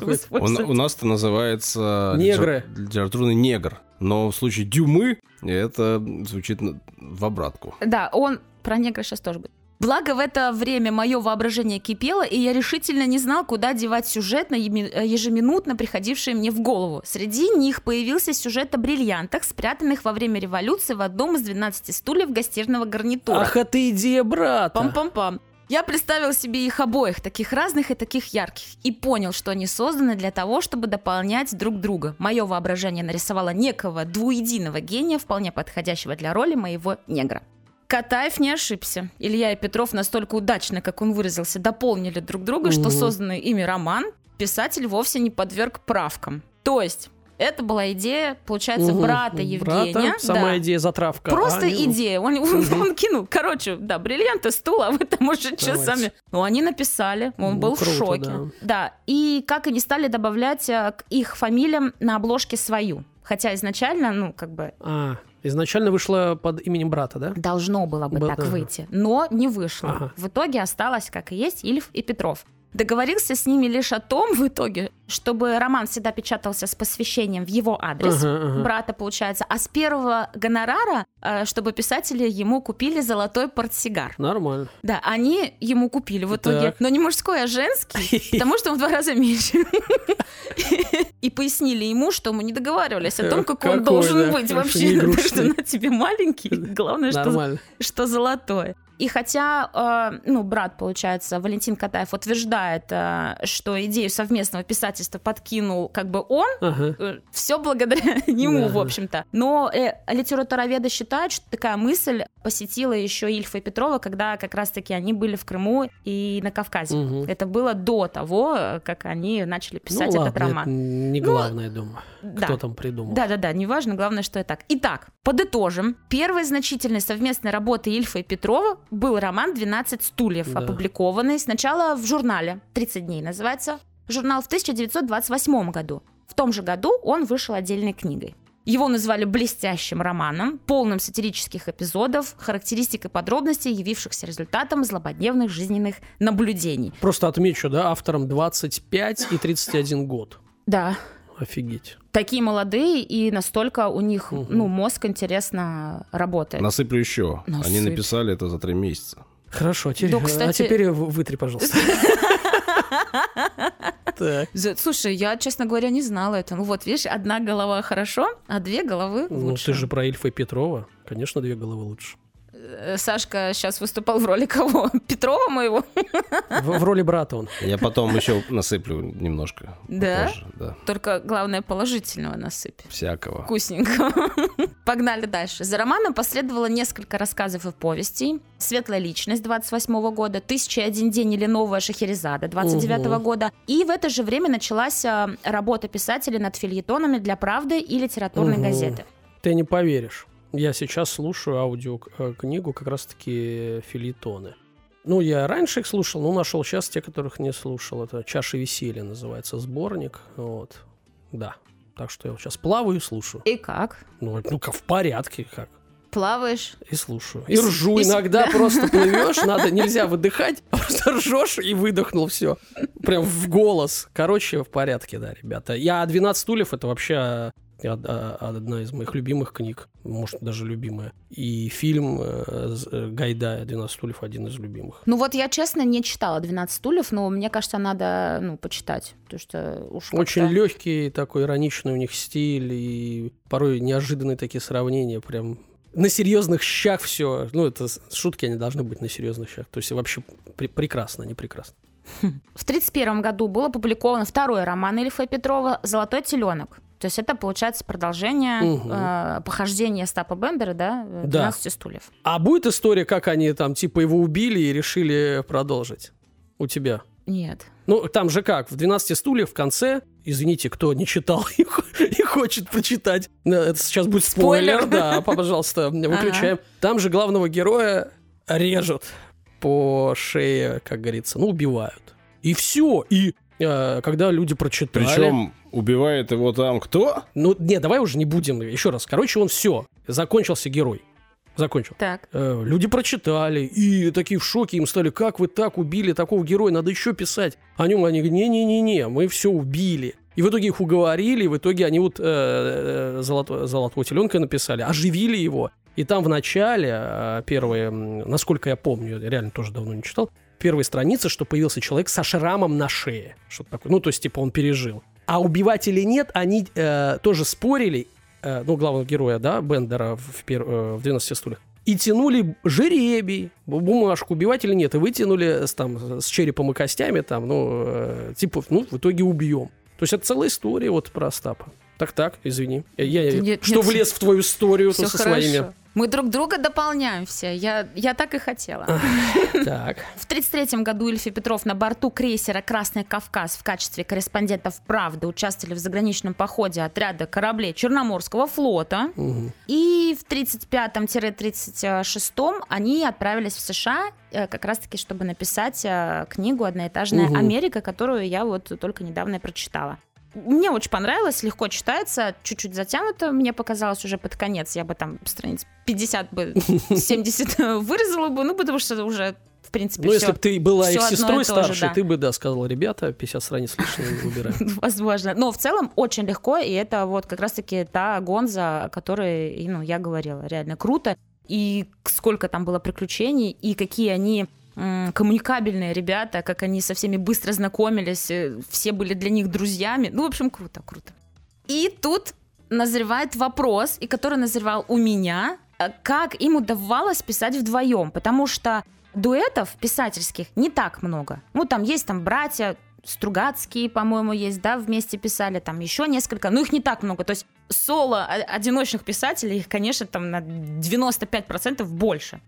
У нас это называется негры. Литературный негр. Но в случае Дюмы это звучит в обратку. Да, он про негра сейчас тоже будет. Благо, в это время мое воображение кипело, и я решительно не знал, куда девать сюжет, ежеминутно приходивший мне в голову. Среди них появился сюжет о бриллиантах, спрятанных во время революции в одном из двенадцати стульев гостиного гарнитура. Ах, это идея брата! Пам-пам-пам. Я представил себе их обоих, таких разных и таких ярких, и понял, что они созданы для того, чтобы дополнять друг друга. Мое воображение нарисовало некого двуединого гения, вполне подходящего для роли моего негра. Катаев не ошибся. Илья и Петров настолько удачно, как он выразился, дополнили друг друга, что созданный ими роман писатель вовсе не подверг правкам. То есть это была идея, получается, угу. брата Евгения. Брата, сама да. идея затравка. Просто а, идея. Он, угу. он кинул, короче, да, бриллианты, стул, а вы там уже что сами. Ну, они написали, он ну, был круто, в шоке. Да. да, и как они стали добавлять к их фамилиям на обложке свою. Хотя изначально, ну, как бы... А, изначально вышло под именем брата, да? Должно было бы Был, так ага. выйти, но не вышло. Ага. В итоге осталось, как и есть, Ильф и Петров. Договорился с ними лишь о том, в итоге, чтобы роман всегда печатался с посвящением в его адрес, ага, ага. брата, получается, а с первого гонорара, чтобы писатели ему купили золотой портсигар. Нормально. Да, они ему купили в итоге, так. но не мужской, а женский, потому что он в два раза меньше. И пояснили ему, что мы не договаривались о том, какой он должен быть вообще, потому что на тебе маленький, главное, что золотой. И хотя, э, ну, брат, получается, Валентин Катаев утверждает, э, что идею совместного писательства подкинул как бы он, ага. э, все благодаря ему, да. в общем-то. Но э, литературоведы считают, что такая мысль посетила еще Ильфа и Петрова, когда как раз-таки они были в Крыму и на Кавказе. Угу. Это было до того, как они начали писать ну, этот ладно, роман. Это не главное, ну, думаю, да. кто там придумал. Да-да-да, неважно, главное, что это так. Итак, подытожим. Первой значительной совместной работой Ильфа и Петрова был роман «двенадцать стульев», да. опубликованный сначала в журнале «тридцать дней» называется. Журнал в тысяча девятьсот двадцать восьмом году. В том же году он вышел отдельной книгой. Его назвали блестящим романом, полным сатирических эпизодов, характеристик и подробностей, явившихся результатом злободневных жизненных наблюдений. Просто отмечу, да, авторам двадцать пять и тридцать один год. Да. Офигеть. Такие молодые, и настолько у них, угу. ну, мозг интересно работает. Насыплю еще. Насыпь. Они написали это за три месяца. Хорошо, теперь, да, кстати... а теперь вытри, пожалуйста. Слушай, я, честно говоря, не знала это. Ну вот, видишь, одна голова хорошо, а две головы лучше. Ну, ты же про Ильфа и Петрова. Конечно, две головы лучше. Сашка сейчас выступал в роли кого? Петрова моего? В, в роли брата он. Я потом еще насыплю немножко. Да? Попозже, да. Только главное положительного насыпь. Всякого. Вкусненького. Погнали дальше. За романом последовало несколько рассказов и повестей. «Светлая личность» двадцать восьмого года, «Тысяча и один день» или «Новая Шахерезада» двадцать девятого угу. года. И в это же время началась работа писателей над фельетонами для «Правды» и литературной угу. газеты. Ты не поверишь. Я сейчас слушаю аудиокнигу, как раз-таки фельетоны. Ну, я раньше их слушал, но нашел сейчас те, которых не слушал. Это «Чаша веселья» называется, сборник. Вот. Да. Так что я вот сейчас плаваю и слушаю. И как? Ну, ну как в порядке, как. Плаваешь? И слушаю. И ржу. Иногда просто плывешь, надо, нельзя выдыхать, а просто ржешь и выдохнул, все. Прям в голос. Короче, в порядке, да, ребята. Я «двенадцать стульев» — это вообще... одна из моих любимых книг, может, даже любимая. И фильм э, Гайдая «двенадцать стульев» один из любимых. Ну вот я, честно, не читала «двенадцать стульев», но мне кажется, надо, ну, почитать. Потому что уж очень легкий, такой ироничный у них стиль, и порой неожиданные такие сравнения, прям на серьезных щах все. Ну, это шутки, они должны быть на серьезных щах. То есть вообще пр- прекрасно, не прекрасно. В тридцать первом году был опубликован второй роман Ильфа и Петрова «Золотой теленок». То есть это, получается, продолжение угу. э, похождения Остапа Бендера, да, двенадцати да. стульев. А будет история, как они там типа его убили и решили продолжить? У тебя? Нет. Ну, там же как, в «двенадцати стульях» в конце, извините, кто не читал и хочет прочитать, это сейчас будет спойлер, спойлер. Да, пожалуйста, выключаем. Ага. Там же главного героя режут по шее, как говорится, ну, убивают. И все, и э, когда люди прочитали... Причем убивает его там кто? Ну, не, давай уже не будем, еще раз. Короче, он все, закончился герой. Закончил. Так. Э, люди прочитали и такие в шоке, им стали, как вы так убили такого героя, надо еще писать о нем. Они говорят, не-не-не-не, мы все убили. И в итоге их уговорили, и в итоге они вот э, золото, «Золотого теленка» написали, оживили его. И там в начале, э, первые, насколько я помню, я реально тоже давно не читал, первые страницы, что появился человек со шрамом на шее. Что-то такое. Ну, то есть, типа, он пережил. А убивать или нет, они э, тоже спорили, ну, главного героя, да, Бендера в, пер... в «двенадцати стульях, и тянули жеребий, бумажку, убивать или нет, и вытянули с, там, с черепом и костями, там, ну, э, типа, ну, в итоге убьем. То есть это целая история вот про Остапа. Так-так, извини. Я, нет, что нет, влез в твою историю все со хорошо. своими... Мы друг друга дополняем все. Я, я так и хотела. Так. В тридцать третьем году Ильф и Петров на борту крейсера «Красный Кавказ» в качестве корреспондентов «Правды» участвовали в заграничном походе отряда кораблей Черноморского флота. Угу. И в тридцать пятом — тридцать шестом они отправились в США как раз-таки, чтобы написать книгу «Одноэтажная угу. Америка», которую я вот только недавно прочитала. Мне очень понравилось, легко читается, чуть-чуть затянуто, мне показалось уже под конец, я бы там страниц пятьдесят бы, семьдесят вырезала бы, ну, потому что уже, в принципе, ну, все. если бы ты была их сестрой старшей, же, да. ты бы, да, сказала, ребята, пятьдесят страниц лишнего выбираем. Возможно, но в целом очень легко, и это вот как раз-таки та гонза, о которой, ну, я говорила, реально круто, и сколько там было приключений, и какие они... коммуникабельные ребята, как они со всеми быстро знакомились, все были для них друзьями. Ну, в общем, круто, круто. И тут назревает вопрос, и который назревал у меня, как им удавалось писать вдвоем, потому что дуэтов писательских не так много. Ну, там есть там братья Стругацкие, по-моему, есть, да, вместе писали, там еще несколько, но их не так много. То есть соло одиночных писателей, их, конечно, там на девяносто пять процентов больше.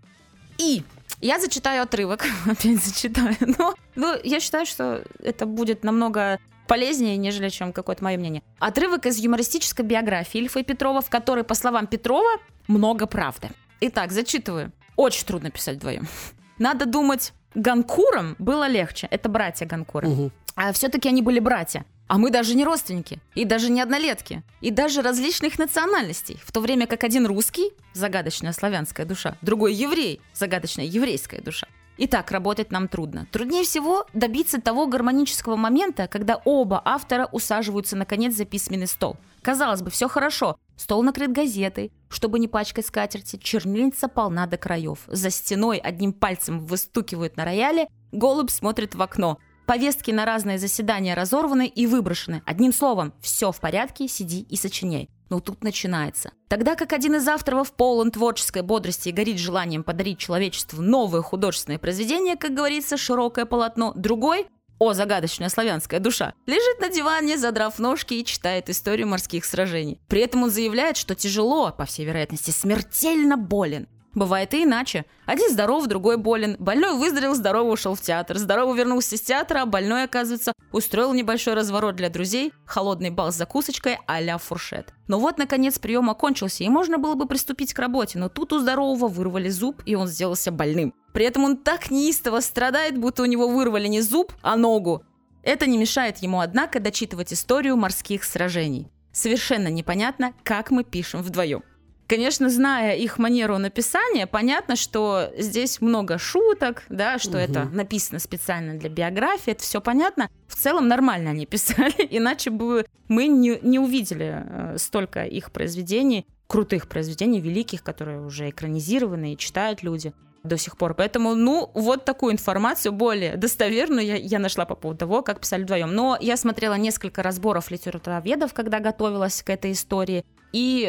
И я зачитаю отрывок, опять зачитаю, но, но я считаю, что это будет намного полезнее, нежели чем какое-то мое мнение. Отрывок из юмористической биографии Ильфа и Петрова, в которой, по словам Петрова, много правды. Итак, зачитываю. Очень трудно писать вдвоем. Надо думать, Ганкурам было легче. Это братья Ганкуры. Угу. А все-таки они были братья. А мы даже не родственники, и даже не однолетки, и даже различных национальностей, в то время как один русский, загадочная славянская душа, другой еврей, загадочная еврейская душа. Итак, работать нам трудно. Труднее всего добиться того гармонического момента, когда оба автора усаживаются наконец за письменный стол. Казалось бы, все хорошо. Стол накрыт газетой, чтобы не пачкать скатерти, чернильница полна до краев. За стеной одним пальцем выстукивают на рояле, голубь смотрит в окно. Повестки на разные заседания разорваны и выброшены. Одним словом, все в порядке, сиди и сочиняй. Но тут начинается. Тогда как один из авторов полон творческой бодрости и горит желанием подарить человечеству новое художественное произведение, как говорится, широкое полотно, другой, о, загадочная славянская душа, лежит на диване, задрав ножки и читает историю морских сражений. При этом он заявляет, что тяжело, по всей вероятности, смертельно болен. Бывает и иначе. Один здоров, другой болен. Больной выздоровел, здоровый ушел в театр. Здоровый вернулся из театра, а больной, оказывается, устроил небольшой разворот для друзей, холодный бал с закусочкой а-ля фуршет. Но вот, наконец, прием окончился, и можно было бы приступить к работе, но тут у здорового вырвали зуб, и он сделался больным. При этом он так неистово страдает, будто у него вырвали не зуб, а ногу. Это не мешает ему, однако, дочитывать историю морских сражений. Совершенно непонятно, как мы пишем вдвоем. Конечно, зная их манеру написания, понятно, что здесь много шуток, да, что угу. это написано специально для биографии, это все понятно. В целом нормально они писали, иначе бы мы не, не увидели э, столько их произведений, крутых произведений, великих, которые уже экранизированы и читают люди до сих пор. Поэтому, ну, вот такую информацию более достоверную я, я нашла по поводу того, как писали вдвоем. Но я смотрела несколько разборов литературоведов, когда готовилась к этой истории, и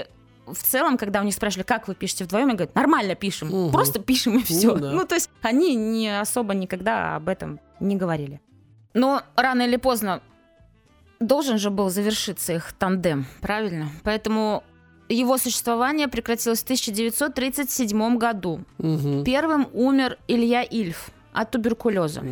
в целом, когда у них спрашивали, как вы пишете вдвоем, они говорят, нормально пишем, угу. просто пишем и все. Ну, да. ну, то есть они не особо никогда об этом не говорили. Но рано или поздно должен же был завершиться их тандем, правильно? Поэтому его существование прекратилось в тысяча девятьсот тридцать седьмом году. Угу. Первым умер Илья Ильф от туберкулеза.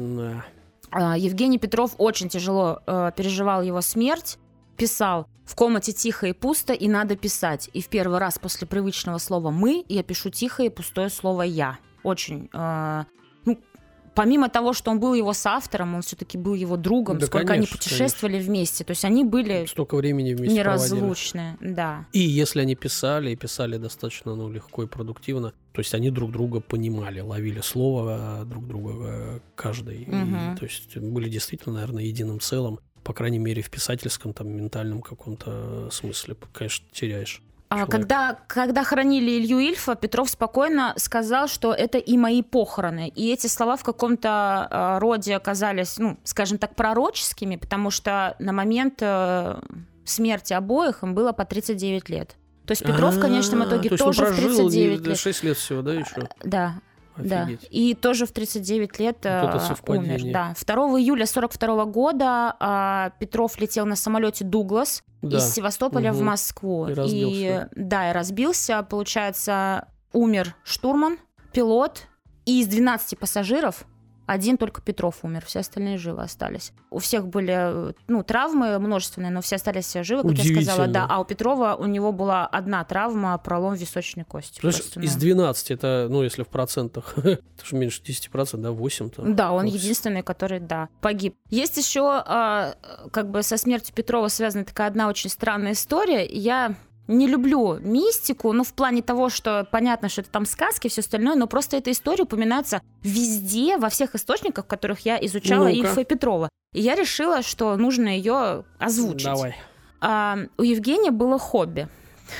Да. Евгений Петров очень тяжело э, переживал его смерть. Писал: в комнате тихо и пусто, и надо писать. И в первый раз после привычного слова «мы» я пишу тихое и пустое слово «я». Очень... Э, ну, помимо того, что он был его соавтором, он все-таки был его другом, да, сколько конечно, они путешествовали конечно. Вместе. То есть они были столько времени вместе неразлучны. Да. И если они писали, и писали достаточно ну, легко и продуктивно, то есть они друг друга понимали, ловили слово друг друга каждый. Угу. И, то есть были действительно, наверное, единым целым. По крайней мере, в писательском, там, ментальном каком-то смысле, конечно, теряешь. А когда, когда хоронили Илью Ильфа, Петров спокойно сказал, что это и мои похороны. И эти слова в каком-то э, роде оказались, ну, скажем так, пророческими, потому что на момент э, смерти обоих им было по тридцать девять лет. То есть Петров в конечном итоге тоже в тридцать девять лет. шесть лет всего, да, еще? Да. Офигеть. Да, и тоже в тридцать девять лет вот умер. Да. второго июля сорок второго года а, Петров летел на самолете «Дуглас» да. из Севастополя угу. в Москву. И разбился. И, да, и разбился. Получается, умер штурман, пилот, и из двенадцати пассажиров один только Петров умер, все остальные живы остались. У всех были ну, травмы множественные, но все остались живы, как я сказала. Да. А у Петрова у него была одна травма, пролом височной кости. Просто, из двенадцати, это, ну, если в процентах, это же меньше десять процентов, да, восемь там. Да, он вот. Единственный, который, да, погиб. Есть еще, как бы со смертью Петрова связана такая одна очень странная история. Я... не люблю мистику, ну, в плане того, что понятно, что это там сказки, все остальное, но просто эта история упоминается везде, во всех источниках, в которых я изучала Ну-ка. Ильфа и Петрова. И я решила, что нужно ее озвучить. Давай. А, у Евгения было хобби.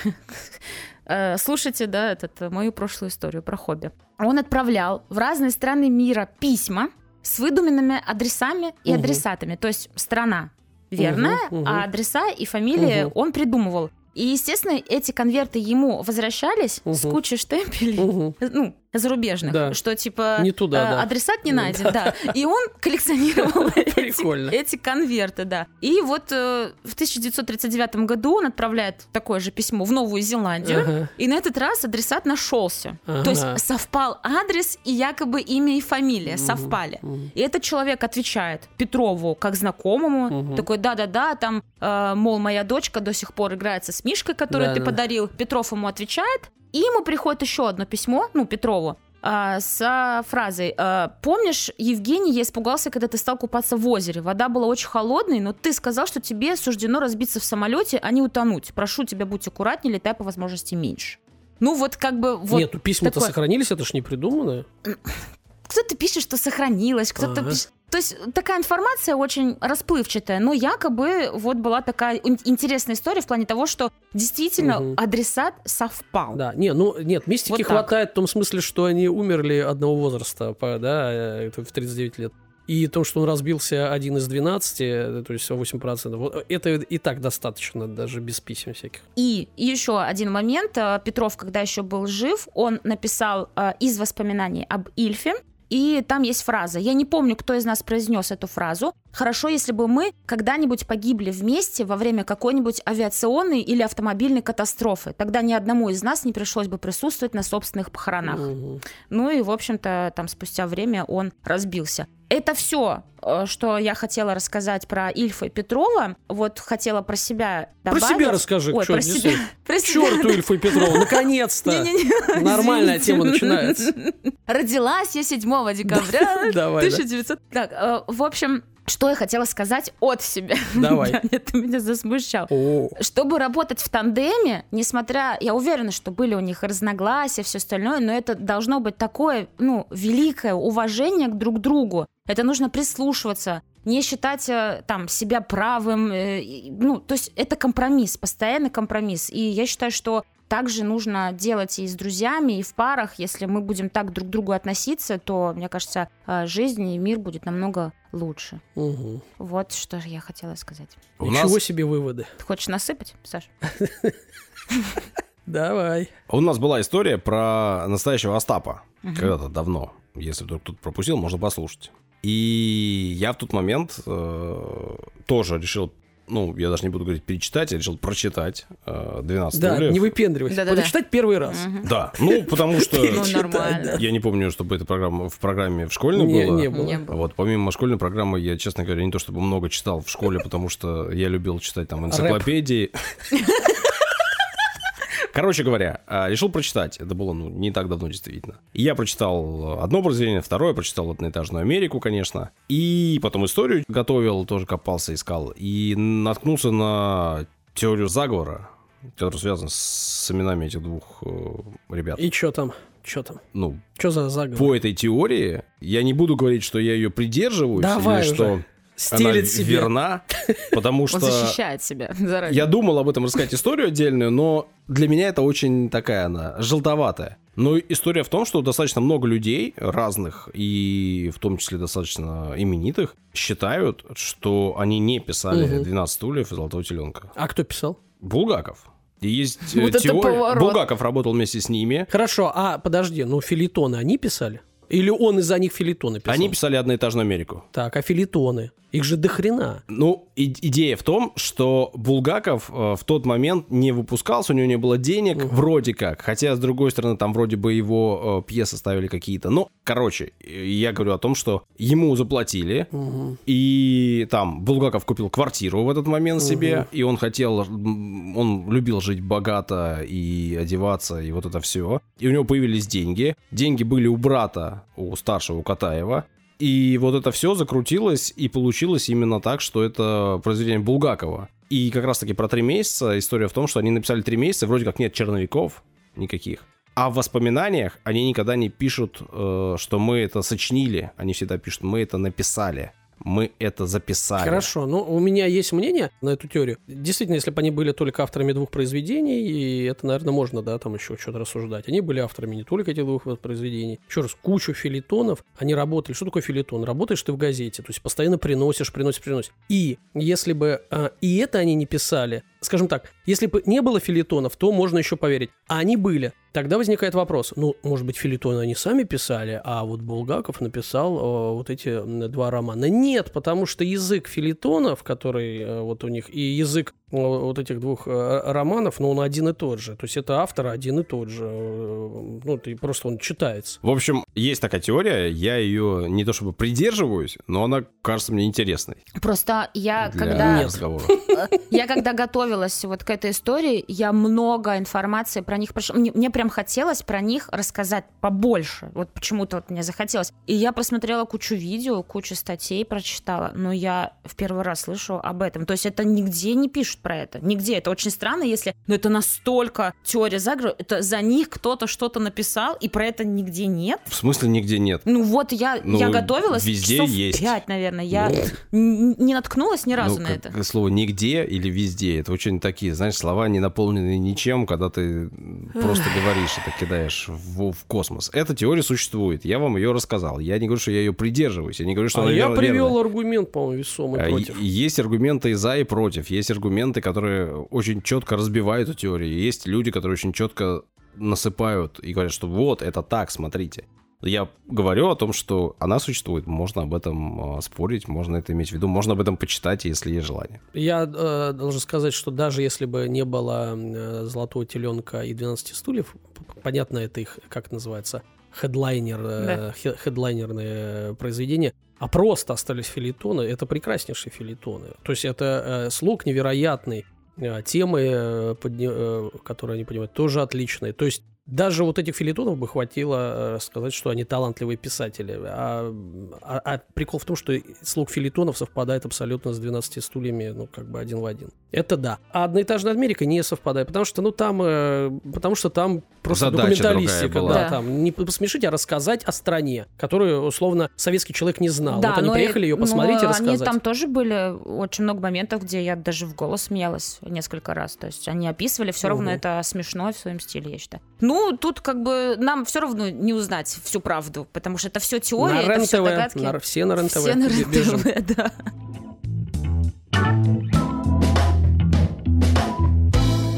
Слушайте, да, этот, мою прошлую историю про хобби. Он отправлял в разные страны мира письма с выдуманными адресами и угу. адресатами. То есть страна верная, угу, угу. а адреса и фамилии угу. он придумывал. И, естественно, эти конверты ему возвращались угу. с кучей штемпелей, угу. ну, зарубежных, да. что, типа, не туда, э, да. адресат не найден, да. да. И он коллекционировал эти, эти конверты, да. И вот э, в тысяча девятьсот тридцать девятом году он отправляет такое же письмо в Новую Зеландию, ага. и на этот раз адресат нашелся. Ага. То есть совпал адрес и якобы имя и фамилия угу. совпали. Угу. И этот человек отвечает Петрову как знакомому, угу. такой, да-да-да, там, э, мол, моя дочка до сих пор играется с Мишкой, который да, ты да. подарил. Петров ему отвечает, и ему приходит еще одно письмо, ну, Петрову, а, с фразой: а, «Помнишь, Евгений, я испугался, когда ты стал купаться в озере. Вода была очень холодной, но ты сказал, что тебе суждено разбиться в самолете, а не утонуть. Прошу тебя, будь аккуратнее, летай по возможности меньше». Ну, вот как бы... Вот Нет, письма-то такое... сохранились, это ж не придумано. Кто-то пишет, что сохранилось, кто-то ага. пишет... То есть такая информация очень расплывчатая, но якобы вот была такая интересная история в плане того, что действительно угу. адресат совпал. Да, не, ну нет, мистики вот хватает в том смысле, что они умерли одного возраста, да, в тридцать девять лет. И то, что он разбился один из двенадцати, то есть восемь процентов, это и так достаточно, даже без писем всяких. И еще один момент. Петров, когда еще был жив, он написал из воспоминаний об Ильфе, и там есть фраза. Я не помню, кто из нас произнес эту фразу. Хорошо, если бы мы когда-нибудь погибли вместе во время какой-нибудь авиационной или автомобильной катастрофы. Тогда ни одному из нас не пришлось бы присутствовать на собственных похоронах. Угу. Ну и, в общем-то, там спустя время он разбился. Это все, что я хотела рассказать про Ильфа и Петрова. Вот хотела про себя добавить. Про себя расскажи. Ой, про себя. К черту Ильфа и Петрова, наконец-то. Нормальная тема начинается. Родилась я седьмого декабря тысяча девятисотого. Так, в общем... Что я хотела сказать от себя? Давай. Это меня засмущало. О. Чтобы работать в тандеме, несмотря... Я уверена, что были у них разногласия, все остальное, но это должно быть такое, ну, великое уважение к друг другу. Это нужно прислушиваться, не считать там себя правым. Ну, то есть это компромисс, постоянный компромисс. И я считаю, что также нужно делать и с друзьями, и в парах. Если мы будем так друг к другу относиться, то, мне кажется, жизнь и мир будет намного лучше. Угу. Вот что я хотела сказать. У Ничего нас... себе выводы. Ты хочешь насыпать, Саш? Давай. У нас была история про настоящего Остапа. Угу. Когда-то давно. Если вдруг кто-то пропустил, можно послушать. И я в тот момент э, тоже решил, ну, я даже не буду говорить перечитать, я решил прочитать э, двенадцать Да, стульев. не выпендривайся. Да-да-да. Прочитать первый раз. Мгм. Да, ну, потому что Ну, нормально. я не помню, чтобы это программа, в программе в школьной Не, было. не было. Не было. Вот, помимо школьной программы, я, честно говоря, не то чтобы много читал в школе, потому что я любил читать там энциклопедии. Короче говоря, а, решил прочитать. Это было, ну, не так давно, действительно. И я прочитал одно произведение, второе, прочитал «Одноэтажную Америку», конечно. И потом историю готовил, тоже копался, искал. И наткнулся на теорию заговора, которая связана с именами этих двух э, ребят. И что там? Что там? Ну, Что за заговор? по этой теории, я не буду говорить, что я ее придерживаюсь, Давай или уже. что Стелит она себе. верна, потому Он что... защищает себя заранее. Я думал об этом рассказать историю отдельную, но для меня это очень такая она, желтоватая. Но история в том, что достаточно много людей разных, и в том числе достаточно именитых, считают, что они не писали Мгм. «двенадцать стульев» и «Золотого теленка». А кто писал? Булгаков. И есть э, Вот это теория... поворот. Булгаков работал вместе с ними. Хорошо, а подожди, ну филитоны они писали? Или он из-за них филитоны писал? Они писали «Одноэтажную Америку». Так, а филитоны? Их же дохрена. Ну, и- идея в том, что Булгаков э, в тот момент не выпускался, у него не было денег, Мгм. вроде как. Хотя, с другой стороны, там вроде бы его э, пьесы ставили какие-то. Но, короче, э, я говорю о том, что ему заплатили, Мгм. и там Булгаков купил квартиру в этот момент себе, Мгм. и он хотел, м, он любил жить богато и одеваться, и вот это все. И у него появились деньги. Деньги были у брата, у старшего, у Катаева. И вот это все закрутилось, и получилось именно так, что это произведение Булгакова. И как раз-таки про три месяца история в том, что они написали три месяца, вроде как нет черновиков никаких. А в воспоминаниях они никогда не пишут, э, что мы это сочинили. Они всегда пишут, мы это написали. Мы это записали. Хорошо, ну у меня есть мнение на эту теорию. Действительно, если бы они были только авторами двух произведений, и это, наверное, можно, да, там еще что-то рассуждать. Они были авторами не только этих двух произведений. Еще раз, кучу филитонов, они работали. Что такое филитон? Работаешь ты в газете, то есть постоянно приносишь, приносишь, приносишь. И если бы а, и это они не писали, скажем так, если бы не было филитонов, то можно еще поверить. А они были. Тогда возникает вопрос, ну, может быть, филитоны они сами писали, а вот Булгаков написал э, вот эти м, два романа. Нет, потому что язык филитонов, который э, вот у них, и язык э, вот этих двух э, романов, ну, он один и тот же. То есть это автор один и тот же. Э, ну, ты, просто он читается. В общем, есть такая теория, я ее не то чтобы придерживаюсь, но она кажется мне интересной. Просто я для когда... разговора. Я когда готовилась вот к этой истории, я много информации про них прошла. Мне, мне прям хотелось про них рассказать побольше. Вот почему-то вот мне захотелось. И я посмотрела кучу видео, кучу статей прочитала, но я в первый раз слышу об этом. То есть это нигде не пишут про это. Нигде. Это очень странно, если... Но это настолько теория заговора. Это за них кто-то что-то написал, и про это нигде нет. В смысле нигде нет? Ну вот я, Ну, я готовилась везде часов есть. пять, наверное. Я Ну. н- не наткнулась ни разу Ну, на как это. слово «нигде» или «везде» — это очень такие, знаешь, слова, не наполненные ничем, когда ты просто говоришь это, кидаешь в, в космос. Эта теория существует, я вам ее рассказал. Я не говорю, что я ее придерживаюсь, я не говорю, что А она я вер- привел верная. аргумент, по-моему, весомый А, против. и- Есть аргументы и за, и против. Есть аргументы, которые очень четко разбивают эту теорию. Есть люди, которые очень четко насыпают и говорят, что вот, это так, смотрите. Я говорю о том, что она существует, можно об этом э, спорить, можно это иметь в виду, можно об этом почитать, если есть желание. Я э, должен сказать, что даже если бы не было э, «Золотого теленка» и «двенадцати стульев», п- понятно, это их, как называется, хедлайнер, э, Да. хе- хедлайнерные произведения, а просто остались филитоны, это прекраснейшие филитоны. То есть это э, слог невероятный, э, темы, э, подня- э, которые они понимают, тоже отличные. То есть даже вот этих филитонов бы хватило э, сказать, что они талантливые писатели. А, а- а прикол в том, что слог филитонов совпадает абсолютно с двенадцатью стульями, ну, как бы один в один. Это да. А «Одноэтажная Америка» не совпадает, потому что, ну, там, э, потому что там просто Задача документалистика. другая была. Да, Да. там не посмешить, а рассказать о стране, которую, условно, советский человек не знал. Да, вот они но приехали и- ее посмотреть и но рассказать. Они там тоже были очень много моментов, где я даже в голос смеялась несколько раз. То есть они описывали, все равно Мгм. это смешно в своем стиле, я считаю. Ну, тут как бы нам все равно не узнать всю правду, потому что это все теория, на это все РЕН-ТВ, догадки. на- все на РЕН-ТВ. Все на бежим. РЕН-ТВ, да. И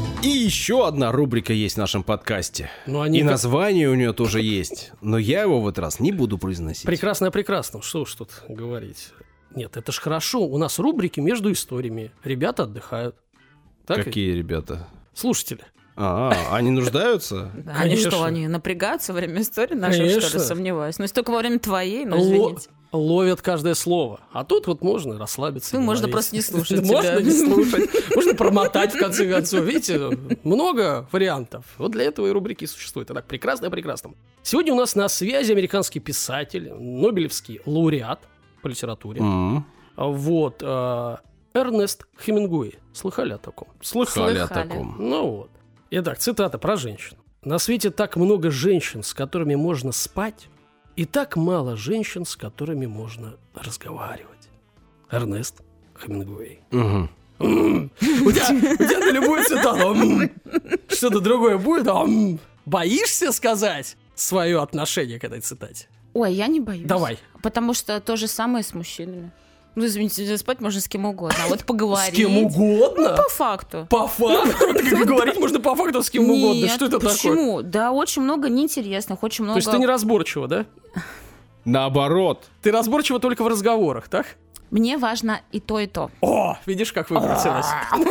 Еще одна рубрика есть в нашем подкасте. Ну, они И как- название у нее тоже есть. Но я его в этот раз не буду произносить. Прекрасно, прекрасно. Что уж тут говорить. Нет, это ж хорошо. У нас рубрики между историями. Ребята отдыхают. Так ведь? Какие ребята? Слушатели. А, они нуждаются? Да, они Конечно. что, они напрягаются во время истории нашей, что Конечно. ли, сомневаюсь? Ну, если только во время твоей, ну, Ло- извините. Ловят каждое слово. А тут вот можно расслабиться. Ну, можно говорить. просто не слушать Можно тебя. не слушать. Можно промотать, в конце концов. Видите, много вариантов. Вот для этого и рубрики существуют. Итак, прекрасно о прекрасном. Сегодня у нас на связи американский писатель, нобелевский лауреат по литературе. М, Вот. э, Эрнест Хемингуэй. Слыхали о таком? Слыхали о Слыхали. таком. Ну вот. Итак, цитата про женщин. «На свете так много женщин, с которыми можно спать, и так мало женщин, с которыми можно разговаривать». Эрнест Хемингуэй. Мгм. М, У тебя, у тебя на любую цитату м, что-то другое будет? а, м, Боишься сказать свое отношение к этой цитате? Ой, я не боюсь. Давай. Потому что то же самое с мужчинами. Ну, извините, спать можно с кем угодно, а вот поговорить... С кем угодно? По факту. По факту? Вот как говорить можно по факту с кем угодно. Нет, Что это такое? почему? Да, очень много неинтересных, очень То много... есть ты неразборчива, да? Наоборот. Ты разборчива только в разговорах, так? Мне важно и то, и то. О, видишь, как выкрутилась.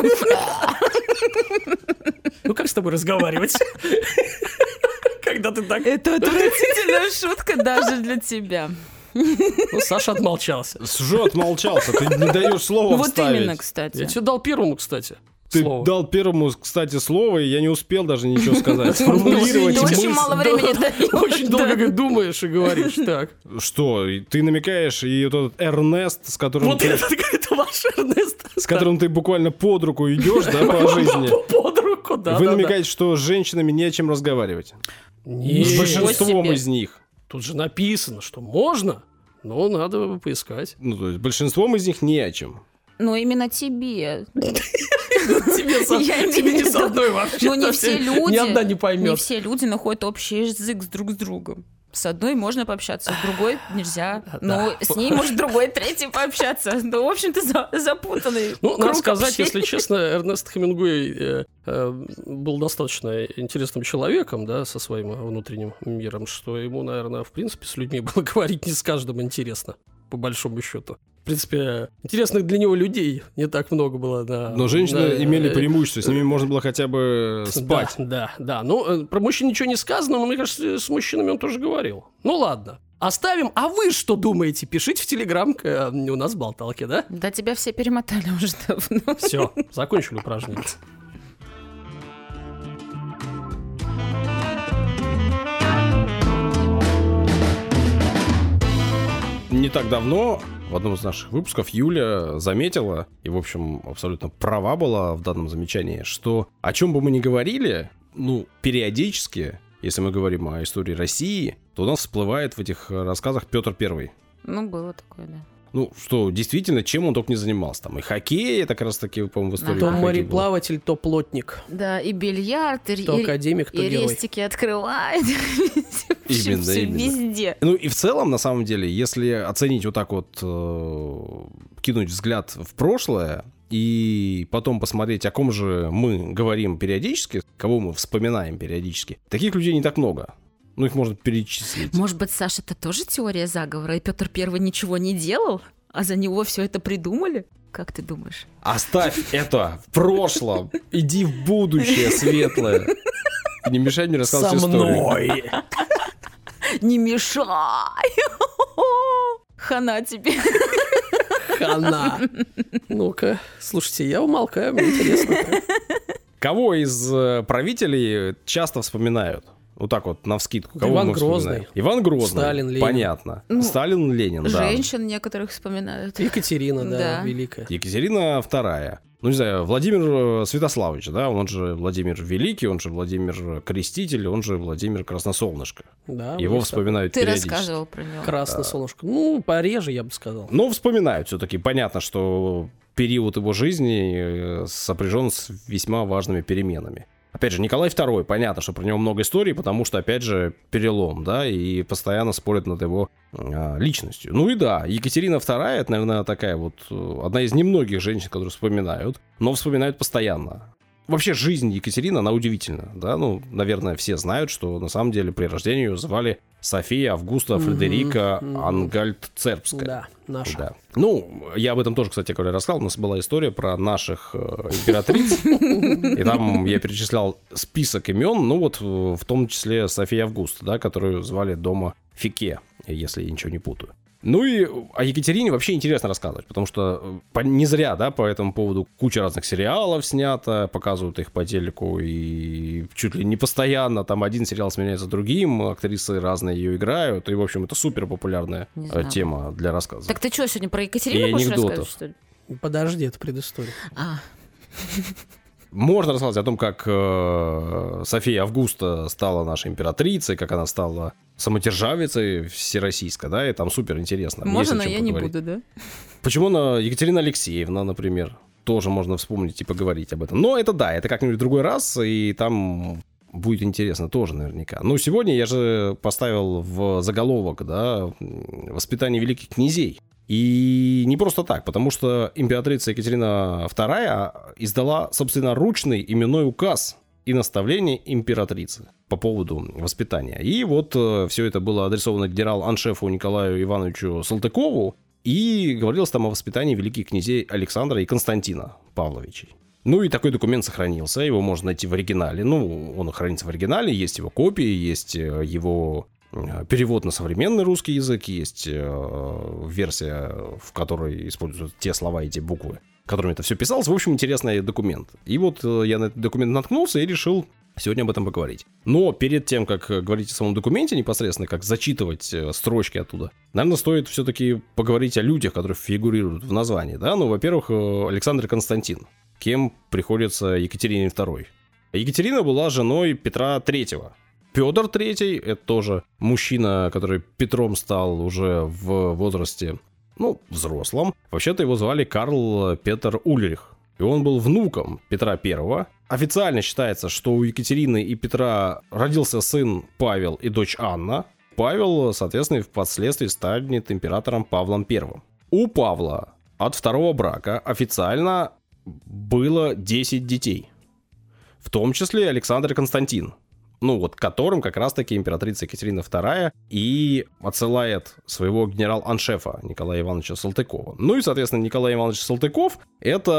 Ну как с тобой разговаривать? Когда ты так... Это отвратительная шутка даже для тебя. Ну, Саша отмолчался. Что отмолчался? Ты не даешь слова Вот вставить. именно, Я кстати. тебе дал первому, кстати, Ты слово. дал первому, кстати, слово, и я не успел даже ничего сказать. Сформулировать Ты очень мысль. мало времени даешь. Очень долго как думаешь и говоришь. Так. Что, и ты намекаешь, и вот этот Эрнест, с которым, Вот ты, это, это ваш Эрнест. с которым ты буквально под руку идешь, да, по жизни, Под руку, да. вы да, да. намекаете, что с женщинами не о чем разговаривать. С Ничего большинством себе. из них. Тут же написано, что можно, но надо поискать. Ну, то есть большинством из них не о чем. Ну, именно тебе. Тебе, со- Я имею тебе в не виду, с одной вообще. Ну, не все люди... Ни одна не Не поймет. все люди находят общий язык с друг с другом. С одной можно пообщаться, с другой нельзя. Ну, с ней может другой, третий пообщаться. Ну, в общем-то, за- запутанный Ну, надо круг сказать, общения. если честно, Эрнест Хемингуэй э, э, был достаточно интересным человеком, да, со своим внутренним миром, что ему, наверное, в принципе, с людьми было говорить не с каждым интересно, по большому счету. В принципе, интересных для него людей не так много было. На, Но женщины на- имели э, преимущество, с ними можно было хотя бы спать. Да, да, да. Ну, э, про мужчин ничего не сказано, но, мне кажется, с мужчинами он тоже говорил. Ну, ладно. Оставим. А вы что думаете? Пишите в Телеграм, э, у нас в болталке, да? Да тебя все перемотали уже давно. Все, закончили упражнение. Не так давно в одном из наших выпусков Юля заметила, и, в общем, абсолютно права была в данном замечании, что о чем бы мы ни говорили, ну, периодически, если мы говорим о истории России, то у нас всплывает в этих рассказах Петр Первый. Ну, было такое, да. Ну, что, действительно, чем он только не занимался. Там и хоккей, это как раз таки, по-моему, в истории Ага. То хоккей был. мореплаватель, то плотник, Да, и бильярд, и, то и- академик, то и герой. рестики открывает. В общем, Именно, всё именно. Везде. Ну и в целом, на самом деле, если оценить вот так вот, э, кинуть взгляд в прошлое и потом посмотреть, о ком же мы говорим периодически, кого мы вспоминаем периодически, таких людей не так много. Ну, их можно перечислить. Может быть, Саша, это тоже теория заговора, и Петр Первый ничего не делал, а за него все это придумали? Как ты думаешь? Оставь это в прошлом. Иди в будущее светлое. И не мешай мне Со рассказывать историю. мной. Не мешай! Хана тебе. Хана. Ну-ка, слушайте, я умолкаю, мне интересно. Кого из э, правителей часто вспоминают? Вот так вот, навскидку. Кого Иван мы вспоминаем? Грозный. Иван Грозный. Сталин, Ленин. Понятно. Ну, Сталин, Ленин, да. Женщин некоторых вспоминают. Екатерина, да, Да. великая. Екатерина вторая. Ну, не знаю, Владимир Святославович, да, он же Владимир Великий, он же Владимир Креститель, он же Владимир Красносолнышко. Да, Его вот вспоминают Ты периодически. рассказывал про него. так. Красное солнышко. Ну, пореже, я бы сказал. Но вспоминают все-таки. Понятно, что период его жизни э, сопряжен с весьма важными переменами. Опять же, Николай второй, понятно, что про него много историй, потому что, опять же, перелом, да, и постоянно спорят над его э, личностью. Ну и да, Екатерина вторая, это, наверное, такая вот, э, одна из немногих женщин, которые вспоминают, но вспоминают постоянно. вообще жизнь Екатерины, она удивительна, да, ну, наверное, все знают, что на самом деле при рождении ее звали София Августа Фредерика mm-hmm. Ангальд-Цербская. Да, наша. Да. Ну, я об этом тоже, кстати говоря, рассказал. У нас была история про наших э, императриц. И там я перечислял список имен, ну вот в том числе София Августа, да, которую звали дома Фике, если я ничего не путаю. Ну и о Екатерине вообще интересно рассказывать, потому что не зря, да, по этому поводу куча разных сериалов снято, показывают их по телеку и чуть ли не постоянно, там один сериал сменяется другим, актрисы разные ее играют, и, в общем, это супер популярная тема для рассказа. Так ты что, сегодня про Екатерину и будешь анекдотов. рассказывать, что ли? Подожди, это предыстория. А. Можно рассказать о том, как э, София Августа стала нашей императрицей, как она стала самодержавицей всероссийской, да, и там супер интересно. Можно, но я поговорить. Не буду, да? Почему она Екатерина Алексеевна, например, тоже можно вспомнить и поговорить об этом. Но это да, это как-нибудь в другой раз, и там будет интересно тоже наверняка. Но сегодня я же поставил в заголовок, да, воспитание великих князей. И не просто так, потому что императрица Екатерина вторая издала собственноручный именной указ и наставление императрицы по поводу воспитания. И вот э, все это было адресовано генерал-аншефу Николаю Ивановичу Салтыкову, и говорилось там о воспитании великих князей Александра и Константина Павловичей. Ну и такой документ сохранился, его можно найти в оригинале. Ну, он хранится в оригинале, есть его копии, есть его... перевод на современный русский язык, есть э, версия, в которой используют те слова и те буквы, которыми это все писалось. В общем, интересный документ. И вот э, я на этот документ наткнулся и решил сегодня об этом поговорить. Но перед тем, как говорить о самом документе непосредственно, как зачитывать э, строчки оттуда, наверное, стоит все-таки поговорить о людях, которые фигурируют в названии. Да? Ну, во-первых, э, Александр Константин, кем приходится Екатерине второй. Екатерина была женой Петра третьего. Петр третий, это тоже мужчина, который Петром стал уже в возрасте, ну, взрослом. Вообще-то его звали Карл Петр Ульрих, и он был внуком Петра первого. Официально считается, что у Екатерины и Петра родился сын Павел и дочь Анна. Павел, соответственно, впоследствии станет императором Павлом первым. У Павла от второго брака официально было десять детей, в том числе Александр и Константин. Ну, вот которым как раз-таки императрица Екатерина вторая и отсылает своего генерал-аншефа Николая Ивановича Салтыкова. Ну и, соответственно, Николай Иванович Салтыков —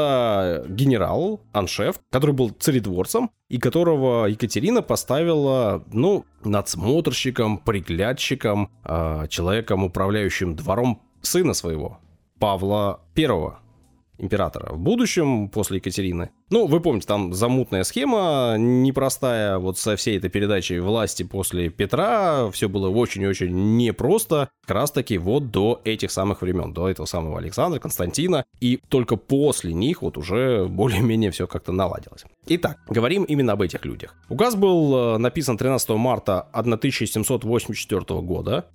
это генерал-аншеф, который был царедворцем, и которого Екатерина поставила, ну, надсмотрщиком, приглядчиком, э, человеком, управляющим двором сына своего, Павла первого. Императора в будущем, после Екатерины. Ну, вы помните, там замутная схема, непростая, вот со всей этой передачей власти после Петра, все было очень-очень непросто, как раз-таки вот до этих самых времен, до этого самого Александра, Константина, и только после них вот уже более-менее все как-то наладилось. Итак, говорим именно об этих людях. Указ был написан тринадцатого марта тысяча семьсот восемьдесят четвёртого года,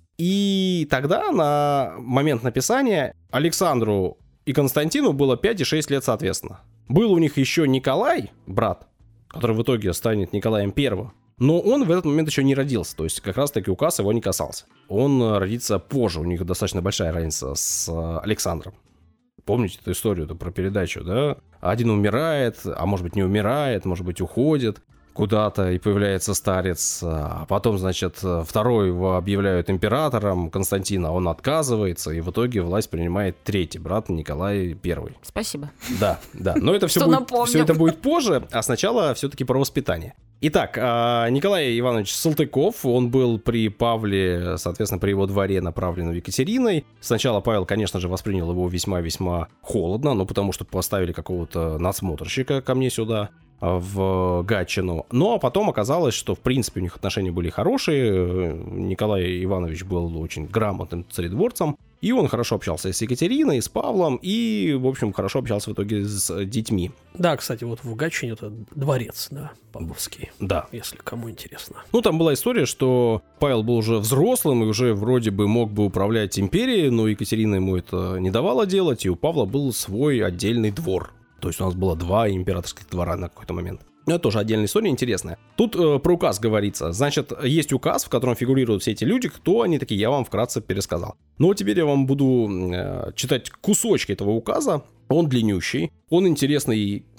и тогда, на момент написания, Александру и Константину было пять и шесть лет соответственно. Был у них еще Николай, брат, который в итоге станет Николаем первым, но он в этот момент еще не родился, то есть как раз-таки указ его не касался. Он родится позже, у них достаточно большая разница с Александром. Помните эту историю про передачу, да? Один умирает, а может быть не умирает, может быть уходит куда-то, и появляется старец, а потом, значит, второй его объявляют императором, Константина, он отказывается, и в итоге власть принимает третий брат Николай первый. Спасибо. Да, да, но это все, будет, все это будет позже, а сначала все-таки про воспитание. Итак, Николай Иванович Салтыков, он был при Павле, соответственно, при его дворе направлен Екатериной. Сначала Павел, конечно же, воспринял его весьма-весьма холодно, ну, потому что поставили какого-то надсмотрщика ко мне сюда, в Гатчину. Ну, а потом оказалось, что, в принципе, у них отношения были хорошие. Николай Иванович был очень грамотным царедворцем, и он хорошо общался с Екатериной, с Павлом, и, в общем, хорошо общался в итоге с детьми. Да, кстати, вот в Гатчине это дворец, да, Павловский. Да. Если кому интересно. Ну, там была история, что Павел был уже взрослым и уже вроде бы мог бы управлять империей, но Екатерина ему это не давала делать, и у Павла был свой отдельный двор. То есть у нас было два императорских двора на какой-то момент. Это тоже отдельная история интересная. Тут э, про указ говорится. Значит, есть указ, в котором фигурируют все эти люди. Кто они такие, я вам вкратце пересказал. Ну, а теперь я вам буду э, читать кусочки этого указа. Он длиннющий, он интересный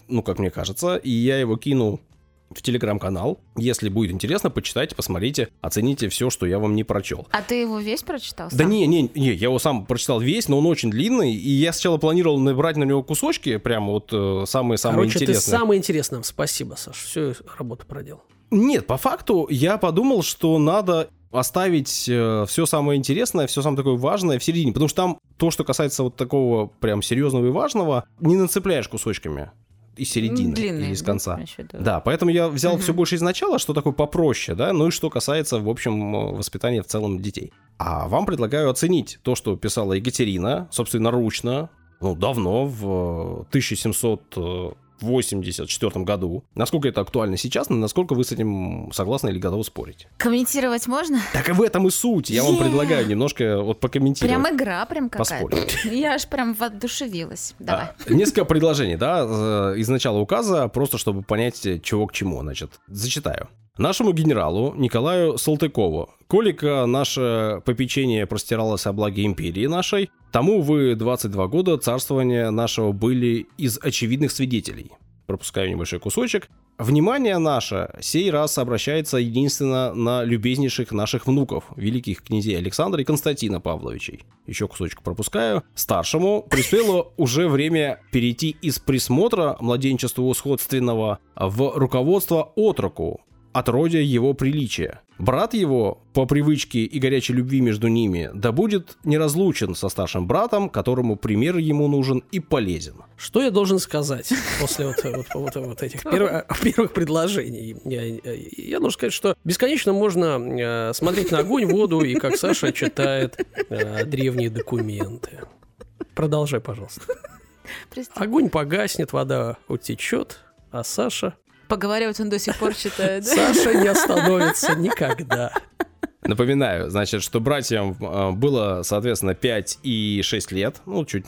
ну, как мне кажется, и я его кинул в телеграм-канал. Если будет интересно, почитайте, посмотрите, оцените все, что я вам не прочел. А ты его весь прочитал сам? Да не, не, не, я его сам прочитал весь, но он очень длинный, и я сначала планировал набрать на него кусочки, прямо вот э, самые-самые Короче, интересные. ты самое интересное. Спасибо, Саш, всю работу проделал. Нет, по факту я подумал, что надо оставить э, все самое интересное, все самое такое важное в середине, потому что там то, что касается вот такого прям серьезного и важного, не нацепляешь кусочками из середины Длинные, или из конца. да, Да, поэтому я взял Угу. все больше из начала, что такое попроще, да, ну и что касается, в общем, воспитания в целом детей. А вам предлагаю оценить то, что писала Екатерина, собственноручно, ну, давно, в тысяча семьсот восемьдесят четвёртом году. Насколько это актуально сейчас, насколько вы с этим согласны или готовы спорить? Комментировать можно? Так и в этом и суть. Я вам Yeah. предлагаю немножко вот покомментировать. Прям игра, прям какая-то. Поспорить. Я аж прям воодушевилась. Давай. А, несколько предложений, да, э, из начала указа, просто чтобы понять, чего к чему, значит. Зачитаю. Нашему генералу Николаю Салтыкову, колика наше попечение простиралось о благе империи нашей, тому вы двадцать два года царствования нашего были из очевидных свидетелей. Пропускаю небольшой кусочек. Внимание наше сей раз обращается единственно на любезнейших наших внуков, великих князей Александра и Константина Павловичей. Еще кусочек пропускаю. Старшему приспело уже время перейти из присмотра младенчества усходственного в руководство отроку, отродья его приличия. Брат его, по привычке и горячей любви между ними, да будет неразлучен со старшим братом, которому пример ему нужен и полезен. Что я должен сказать после вот, вот, вот, вот этих первых, первых предложений? Я, я должен сказать, что бесконечно можно э, смотреть на огонь, воду, и как Саша читает э, древние документы. Продолжай, пожалуйста. Прости. Огонь погаснет, вода утечет, а Саша... Поговаривать он до сих пор читает. да? Саша не остановится никогда. Напоминаю, значит, что братьям э, было, соответственно, пять и шесть лет, ну, чуть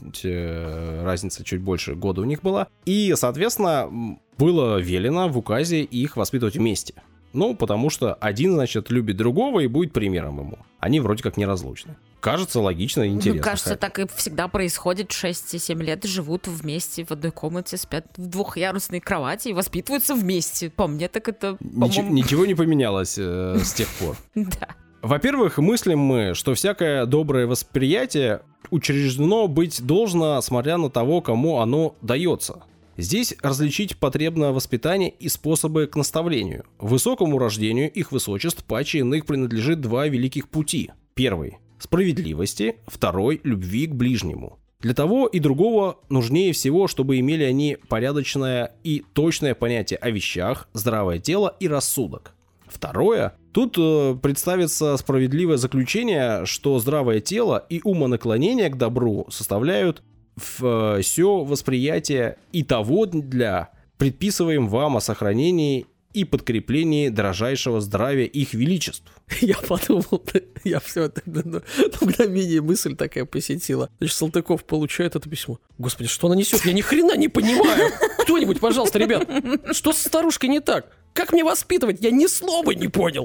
э, разница чуть больше года у них была, и, соответственно, м, было велено в указе их воспитывать вместе. Ну, потому что один, значит, любит другого и будет примером ему. Они вроде как неразлучны. Кажется, логично и интересно. Ну, кажется, так и всегда происходит. шесть-семь лет живут вместе в одной комнате, спят в двухъярусной кровати и воспитываются вместе. По мне, так это, Ничего, по-моему... ничего не поменялось э, с тех пор. Да. Во-первых, мыслим мы, что всякое доброе восприятие учреждено быть должно, смотря на того, кому оно дается. Здесь различить потребно воспитание и способы к наставлению. Высокому рождению их высочеств паче иных принадлежит два великих пути. Первый – справедливости, второй – любви к ближнему. Для того и другого нужнее всего, чтобы имели они порядочное и точное понятие о вещах, здравое тело и рассудок. Второе – тут э, представится справедливое заключение, что здравое тело и умонаклонение к добру составляют все восприятие и того для предписываем вам о сохранении и подкреплении дорожайшего здравия их величеств. Я подумал, я все это на мгновение мысль такая посетила. Значит, Салтыков получает это письмо. Господи, что она несет? Я ни хрена не понимаю. Кто-нибудь, пожалуйста, ребят, что с старушкой не так? Как мне воспитывать? Я ни слова не понял.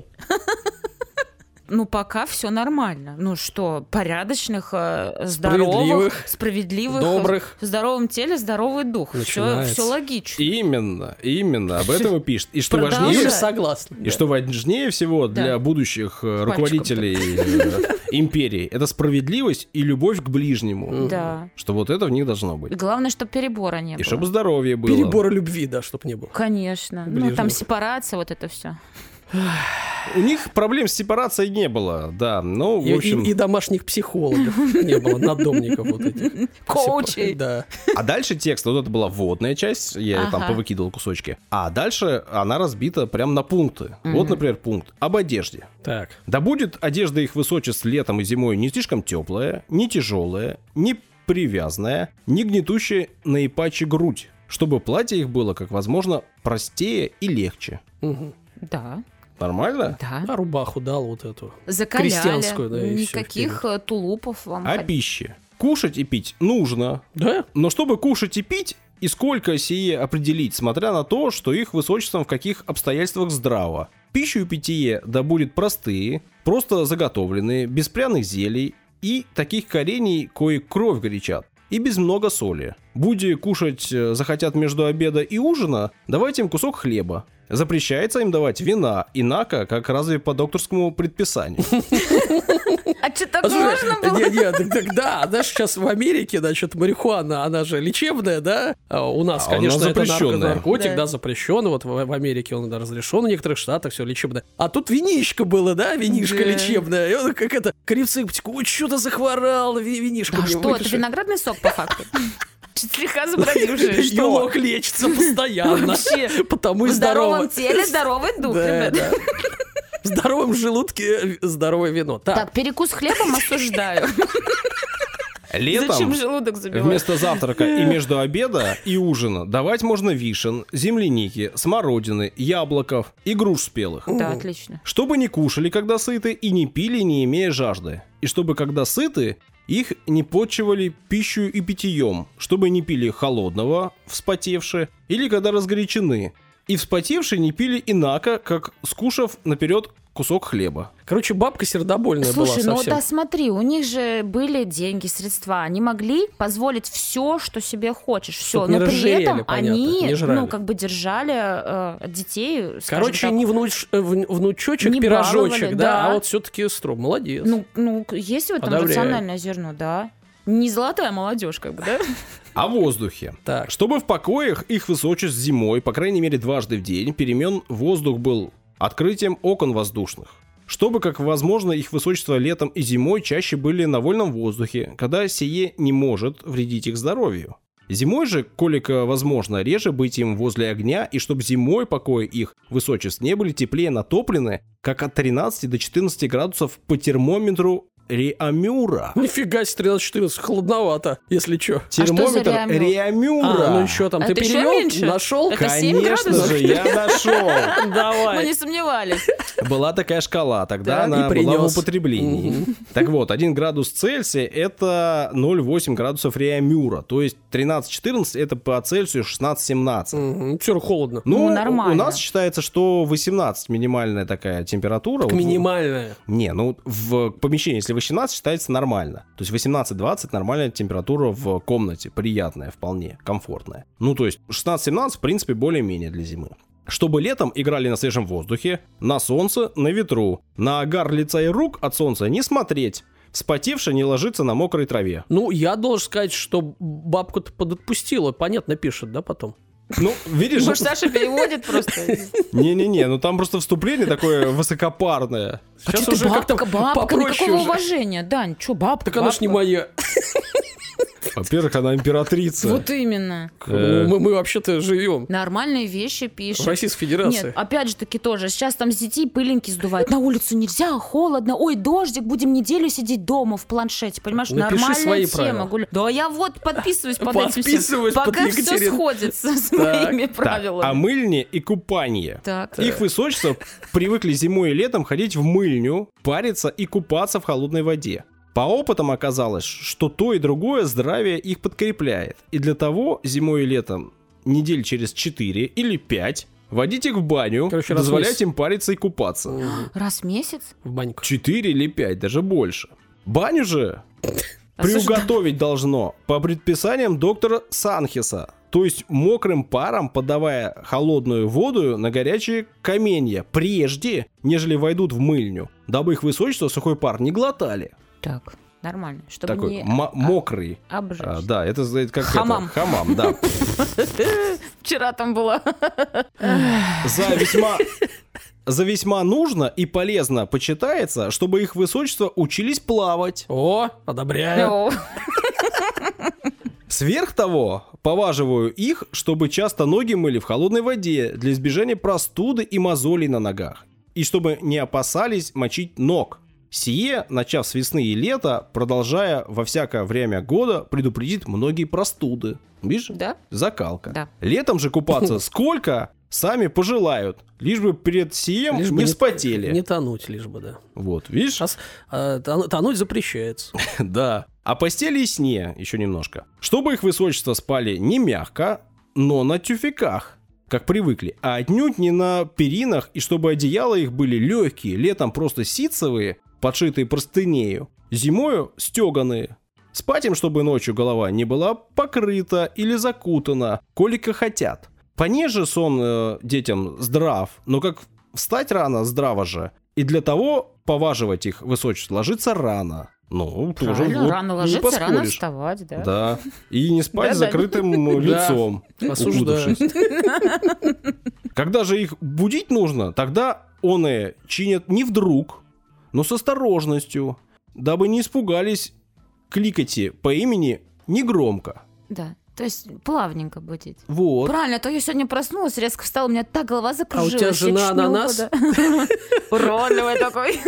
Ну, пока все нормально. Ну что, порядочных, э, здоровых, Справедливых, справедливых, добрых. в здоровом теле здоровый дух. Все, Начинается. все логично. Именно, именно, об этом и пишет. И что Продолжай. важнее, Я согласна. и что важнее всего для Да. будущих э, руководителей э, империи, это справедливость и любовь к ближнему. Да. Что вот это в них должно И быть. главное, чтобы перебора не И было. чтобы здоровье было. Перебора любви, да, чтоб не было. Конечно. Ну, Ближнего. там сепарация, вот это все. У них проблем с сепарацией не было, да. Ну, И, в общем... и- и домашних психологов не было, надомников вот этих. Коучей. Да. А дальше текст, вот это была вводная часть, я Ага. там повыкидывал кусочки. А дальше она разбита прям на пункты. Вот, например, пункт об одежде. Так. Да будет одежда их высочеств летом и зимой не слишком теплая, не тяжелая, не привязанная, не гнетущая наипаче грудь, чтобы платье их было, как возможно, простее и легче. Мгм. Да, Нормально? да. А рубаху дал вот эту. Закаляли. Крестьянскую, да, и всё, Никаких э, тулупов вам. О ходить. пище. Кушать и пить нужно, Да? но чтобы кушать и пить, и сколько сие определить, смотря на то, что их высочеством в каких обстоятельствах здраво. Пищу и питье да будет простые, просто заготовленные, без пряных зелий и таких корений, кои кровь горячат, и без много соли. Будь кушать захотят между обеда и ужина, давайте им кусок хлеба. Запрещается им давать вина, инако, как разве по докторскому предписанию. А что, так можно было? Нет, нет, так, так, да, знаешь, сейчас в Америке, значит, марихуана, она же лечебная, да? А у нас, А конечно, у нас это нарко- запрещенная. наркотик, Да. да, запрещен. Вот в, в Америке он да, разрешен, в некоторых штатах все лечебное. А тут винишко было, да, винишко Да. лечебное. И он как это, крицептик, ой, что-то захворал, ви- винишко Да мне что, это выпиши. виноградный сок, по факту? Слегка забродивший, что? Елок лечится постоянно. Вообще. Потому и В здоровом здорово. теле здоровый дух, Да, ребят. да. В здоровом желудке здоровое вино. Так, Так, перекус хлебом осуждаю. Летом Зачем желудок забивать? вместо завтрака и между обеда и ужина давать можно вишен, земляники, смородины, яблоков и груш спелых. Да, отлично. Чтобы не кушали, когда сыты, и не пили, не имея жажды. И чтобы, когда сыты, их не почивали пищей и питьем, чтобы не пили холодного, вспотевшие, или когда разгорячены. И вспотевшие не пили инако, как скушав наперед кусок хлеба. короче, бабка сердобольная Слушай, была ну совсем. да, смотри, у них же были деньги, средства. Они могли позволить все, что себе хочешь. Все. Чтоб не Но при разжирели, этом понятно, они, не жрали. ну, как бы держали э, детей. скажем Короче, так. не внуч, э, вн- внучочек, Не пирожочек, баловали, да, да. а вот все-таки стром. Молодец. Ну, ну, есть в этом Одобряю. рациональное зерно, да. Не золотая молодежь, как бы, да? О воздухе. Так. Чтобы в покоях их высочеств зимой, по крайней мере дважды в день, перемен воздух был открытием окон воздушных. Чтобы, как возможно, их высочество летом и зимой чаще были на вольном воздухе, когда сие не может вредить их здоровью. Зимой же, колика возможно, реже быть им возле огня, и чтобы зимой покои их высочеств не были теплее натоплены, как от тринадцати до четырнадцати градусов по термометру Реамюра. Нифига себе, тринадцать-четырнадцать, холодновато, если что. Термометр за Реамюр? Реамюра. А, ну еще там, А ты это еще перевел, меньше? нашел? Это семь Конечно градусов? же, я нашел. Мы Давай. не сомневались. Была такая шкала, тогда Так, она и была принес. в употреблении. Так вот, один градус Цельсия это ноль целых восемь градусов Реамюра, то есть тринадцать-четырнадцать это по Цельсию шестнадцать-семнадцать. Все холодно. Ну, нормально. У нас считается, что восемнадцать минимальная такая температура. Так Вот в- минимальная. Не, ну в помещении, если восемнадцать, считается нормально. То есть восемнадцать-двадцать нормальная температура в комнате, приятная вполне, комфортная. Ну, то есть шестнадцать-семнадцать, в принципе, более-менее для зимы. Чтобы летом играли на свежем воздухе, на солнце, на ветру, на агар лица и рук от солнца не смотреть, вспотевший не ложиться на мокрой траве. Ну, я должен сказать, что бабку-то подотпустила. Понятно пишет, да, потом? Ну, видишь, Может, Саша переводит просто? не-не-не, ну там просто вступление такое высокопарное. А Сейчас что ты уже как-то бабка, бабка, попроще никакого уже. уважения. Дань, что бабка, Так она ж не бабка? моя. Во-первых, она императрица. Вот именно. Э. Ну, Мы, мы вообще-то живем Нормальные вещи в пишет. Российской Федерации. Нет, опять же таки тоже. Сейчас там с детей пылинки сдувают. На улицу нельзя, холодно. Ой, дождик, будем неделю сидеть дома в планшете. Понимаешь, Напиши нормальная свои тема. правила. Гуля- Да я вот подписываюсь под этим всем. Подписываюсь под Пока все Екатерину. сходится с Так, моими Так, правилами. о мыльне и купании. Так. Их высочество привыкли зимой и летом ходить в мыльню, париться и купаться в холодной воде. По опытам оказалось, что то и другое здравие их подкрепляет. И для того зимой и летом недель через четыре или пять водить их в баню, Короче, раз в дозволять месяц. им париться и купаться. Раз в месяц? В баньку. четыре или пять, даже больше. Баню же А слушай, приуготовить должно по предписаниям доктора Санхеса. То есть мокрым паром подавая холодную воду на горячие каменья, прежде, нежели войдут в мыльню, дабы их высочество сухой пар не глотали. Так, нормально. Чтобы Такой не м- мокрый. обжечь. А, да, это это как Хамам. это, хамам, да. Вчера там была. За весьма за весьма нужно и полезно почитается, чтобы их высочество учились плавать. О, одобряю. О, Сверх того, поваживаю их, чтобы часто ноги мыли в холодной воде для избежания простуды и мозолей на ногах, и чтобы не опасались мочить ног. Сие, начав с весны и лета, продолжая во всякое время года, предупредит многие простуды. Видишь? Да? Закалка. Да. Летом же купаться сколько сами пожелают, лишь бы перед сием Лишь бы не вспотели. Не тонуть, лишь бы, да. Вот, видишь? Сейчас э, тон- тонуть запрещается. Да. О постели и сне еще немножко. Чтобы их высочество спали не мягко, но на тюфяках, как привыкли, а отнюдь не на перинах, и чтобы одеяла их были легкие, летом просто ситцевые, подшитые простынею, зимою стеганые, Спать им, чтобы ночью голова не была покрыта или закутана, колика хотят. Понеже сон э, детям здрав, но как встать рано здраво же, и для того поваживать их высочество ложиться рано. Ну, тоже вот, рано не ложиться, поспоришь. рано вставать, да. Да, и не спать с закрытым лицом. Осуждаю. Когда же их будить нужно, тогда оные чинят не вдруг, но с осторожностью, дабы не испугались кликати по имени негромко. Да, то есть плавненько будить. Вот. Правильно, а то я сегодня проснулась, резко встала, у меня так голова закружилась. А у тебя жена я чуть не ананас? упала. Уродливый такой.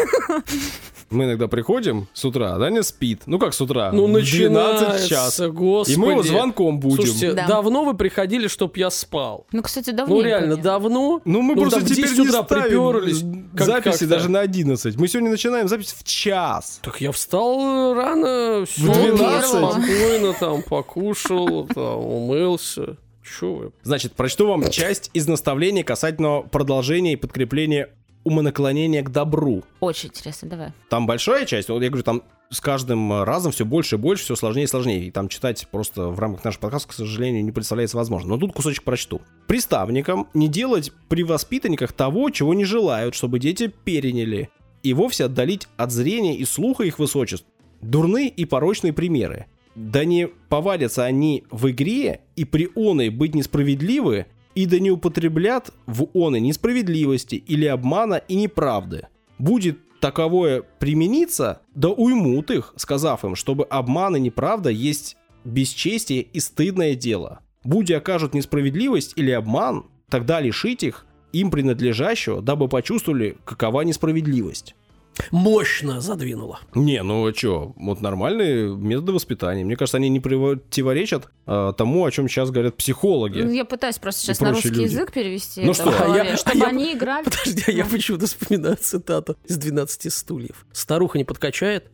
Мы иногда приходим с утра, Даня спит. Ну как с утра? Ну, В двенадцать час. начинается, господи. И мы его звонком будем. Слушайте, Да. давно вы приходили, чтоб я спал? Ну, кстати, давно. Ну, реально, давно. Ну, мы Ну, просто там в теперь десять не утра ставим приперлись. Как- записи как-то. даже на одиннадцать. Мы сегодня начинаем запись в час. Так я встал рано, все, двенадцать? спокойно там покушал, там умылся. Чё вы? Значит, прочту вам часть из наставления касательно продолжения и подкрепления умонаклонения к добру. Очень интересно, давай. Там большая часть, вот я говорю, там с каждым разом все больше и больше, все сложнее и сложнее. И там читать просто в рамках нашего подкаста, к сожалению, не представляется возможным. Но тут кусочек прочту. Приставникам не делать при воспитанниках того, чего не желают, чтобы дети переняли, и вовсе отдалить от зрения и слуха их высочеств дурные и порочные примеры. Да не повадятся они в игре и при оной быть несправедливы, и да не употреблят в оной несправедливости или обмана и неправды. Будет таковое примениться, да уймут их, сказав им, чтобы обман и неправда есть бесчестие и стыдное дело. Будь окажут несправедливость или обман, тогда лишить их им принадлежащего, дабы почувствовали, какова несправедливость. Мощно задвинуло. Не, ну что, вот нормальные методы воспитания. Мне кажется, они не противоречат а, тому, о чем сейчас говорят психологи. Ну, я пытаюсь просто сейчас И на прочие русский люди. язык перевести Ну это что? в голове, А я- чтобы а я- они играли. Подожди, а я почему-то вспоминаю цитату из двенадцати стульев. Старуха не подкачает,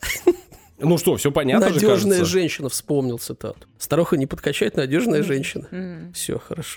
Ну что, все понятно же, надежная кажется. женщина, вспомнил цитату. Старуха не подкачает, надежная женщина. М. Все хорошо.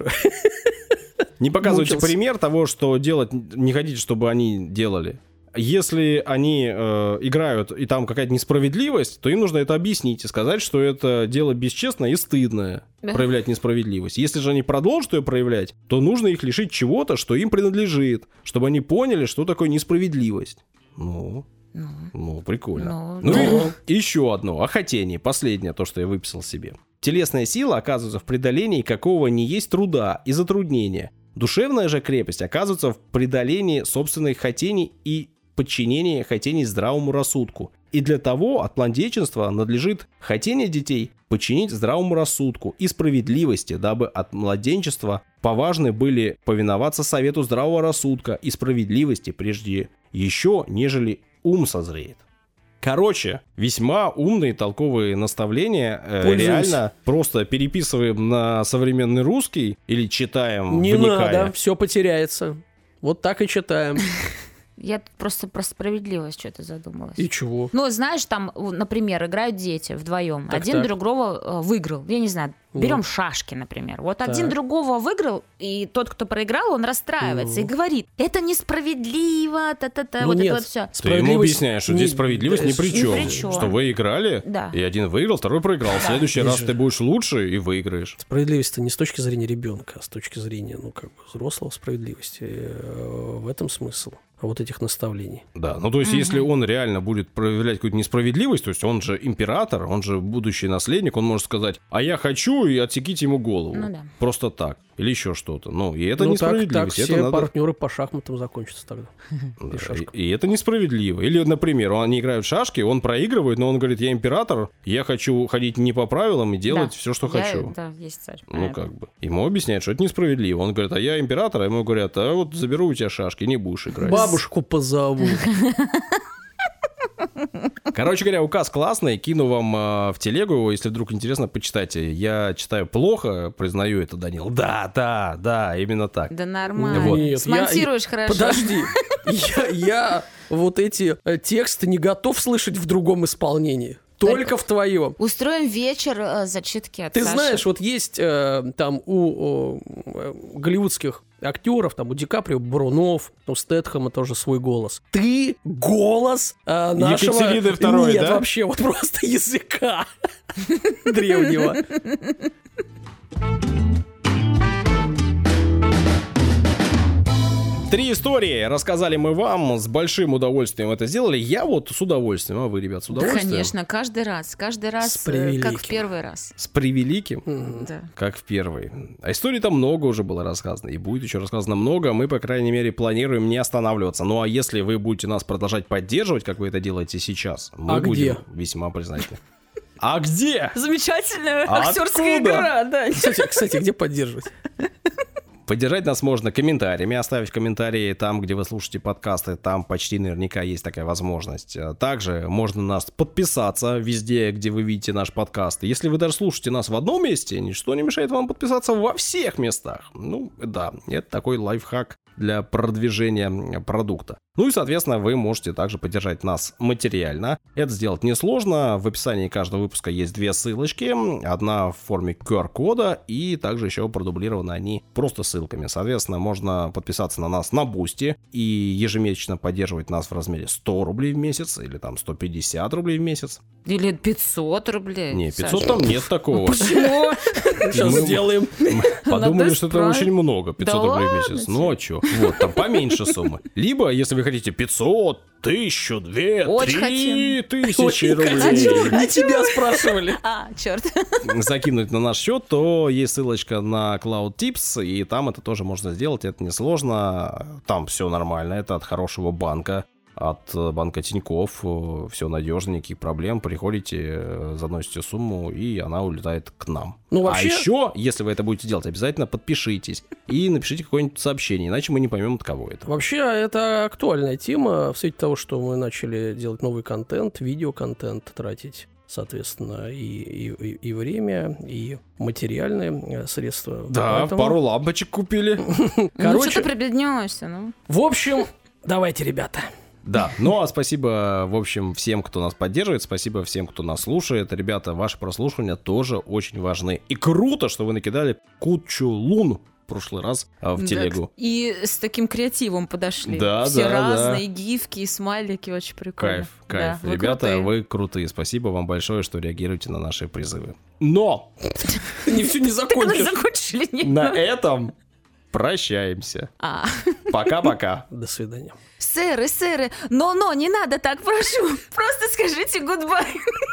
Не показывайте Мучился. пример того, что делать не хотите, чтобы они делали. Если они э, играют, и там какая-то несправедливость, то им нужно это объяснить и сказать, что это дело бесчестное и стыдное, Да. проявлять несправедливость. Если же они продолжат ее проявлять, то нужно их лишить чего-то, что им принадлежит, чтобы они поняли, что такое несправедливость. Ну, Ну, ну прикольно. ну, Ну и еще одно, о хотении, последнее, то, что я выписал себе. Телесная сила оказывается в преодолении какого не есть труда и затруднения. Душевная же крепость оказывается в преодолении собственных хотений и подчинении хотений здравому рассудку. И для того от младенчества надлежит хотение детей подчинить здравому рассудку и справедливости, дабы от младенчества поважны были повиноваться совету здравого рассудка и справедливости прежде еще, нежели ум созреет. Короче, весьма умные, толковые наставления. э, Пользуюсь. Реально просто переписываем на современный русский или читаем, Не вникая. надо, все потеряется. Вот так и читаем. я тут просто про справедливость что-то задумалась. И чего? Ну, знаешь, там, в- например, играют дети вдвоем. Так, один так. другого э, выиграл. Я не знаю, Ну. берем шашки, например. Вот один Так. другого выиграл, и тот, кто проиграл, он расстраивается Ну. и говорит: это несправедливо, та-та-та, Ну вот нет. это вот все. Ты ему Справедливость объясняешь, что не- здесь справедливость ни при ни чем. при чем. Что вы играли, Да. и один выиграл, второй проиграл. В следующий Есть раз же. ты будешь лучше и выиграешь. Справедливость-то не с точки зрения ребенка, а с точки зрения, ну, как бы, взрослого справедливости. Э, В этом смысл вот этих наставлений. Да, ну то есть, если он реально будет проявлять какую-то несправедливость, то есть он же император, он же будущий наследник, он может сказать: а я хочу, и отсеките ему голову. Ну да. Просто так. Или еще что-то. Ну, и это Ну, так, так несправедливость. все это надо... партнеры по шахматам закончатся тогда. Да, И шашка. и, и это несправедливо. Или, например, они играют в шашки, он проигрывает, но он говорит: я император, я хочу ходить не по правилам и делать Да. все, что Я- хочу. Да, есть царь. Ну, понятно. как бы. Ему объясняют, что это несправедливо. Он говорит: а я император, а ему говорят: а вот заберу у тебя шашки, не будешь играть. Бабушку позову. Короче говоря, указ классный, кину вам э, в телегу его, если вдруг интересно, почитайте. Я читаю плохо, признаю это, Данил. Да, да, да, именно так. Да нормально. Вот. Нет, я- Смонтируешь хорошо. Подожди, я, я вот эти э, тексты не готов слышать в другом исполнении. Только в твоем. Устроим вечер э, зачитки от Ты Саши. знаешь, вот есть э, там у э, голливудских актеров, там у Ди Каприо Брунов, у Стэтхэма тоже свой голос. Ты голос э, нашего... Екатерины второй, Нет, да? вообще, вот просто языка древнего. Три истории рассказали мы вам, с большим удовольствием это сделали. Я вот с удовольствием, а вы, ребят, с Да, удовольствием? конечно, каждый раз, каждый раз, С э, как превеликим. в первый раз. С превеликим, Мгм. Да. как в первый. А историй там много уже было рассказано, и будет еще рассказано много. Мы, по крайней мере, планируем не останавливаться. Ну, а если вы будете нас продолжать поддерживать, как вы это делаете сейчас, мы А будем где? весьма признательны. А где? Замечательная Откуда? актерская игра, да. Кстати, кстати, где поддерживать? Поддержать нас можно комментариями, оставить комментарии там, где вы слушаете подкасты, там почти наверняка есть такая возможность. Также можно нас подписаться везде, где вы видите наш подкаст. Если вы даже слушаете нас в одном месте, ничто не мешает вам подписаться во всех местах. Ну, да, это такой лайфхак для продвижения продукта. Ну и, соответственно, вы можете также поддержать нас материально. Это сделать несложно. В описании каждого выпуска есть две ссылочки. Одна в форме ку ар-кода, и также еще продублированы они просто ссылками. Соответственно, можно подписаться на нас на Бусти и ежемесячно поддерживать нас в размере сто рублей в месяц или там сто пятьдесят рублей в месяц. Или пятьсот рублей. Не, пятьсот Саша. там нет такого. Почему? Сейчас Мы- сделаем. Подумали, Надо что это исправить. очень много, пятьсот Да рублей в ладно месяц. тебе. Ну а чё? Вот, там поменьше суммы. Либо, если вы хотите пятьсот, тысячу, две, Очень три тысячи Очень рублей хотим. А тебя спрашивали. А, черт. закинуть на наш счет, то есть ссылочка на Cloud Tips, и там это тоже можно сделать, это несложно, там все нормально, это от хорошего банка. От банка Тинькофф, все надежно, никаких проблем. Приходите, заносите сумму, и она улетает к нам. Ну, вообще- А еще, если вы это будете делать, обязательно подпишитесь и напишите какое-нибудь сообщение, иначе мы не поймем, от кого это. Вообще, это актуальная тема в свете того, что мы начали делать новый контент, видеоконтент, тратить, соответственно, и, и, и- и время, и материальные э, средства. Да, Поэтому- пару лампочек купили. Ну, Короче, что ты прибеднешься, ну. в общем, давайте, ребята. Да, ну а спасибо, в общем, всем, кто нас поддерживает, спасибо всем, кто нас слушает. Ребята, ваши прослушивания тоже очень важны. И круто, что вы накидали кучу лун в прошлый раз а, в Да, телегу. И с таким креативом подошли. Да, Все да, разные гифки и смайлики, очень прикольно. Кайф, кайф. Да, вы Ребята, крутые. вы крутые. Спасибо вам большое, что реагируете на наши призывы. Но Не все не Так мы закончишь. закончили, не? на этом прощаемся. А. Пока-пока. До свидания. Сэры, сэры, но-но, не надо так, прошу. Просто скажите гудбай.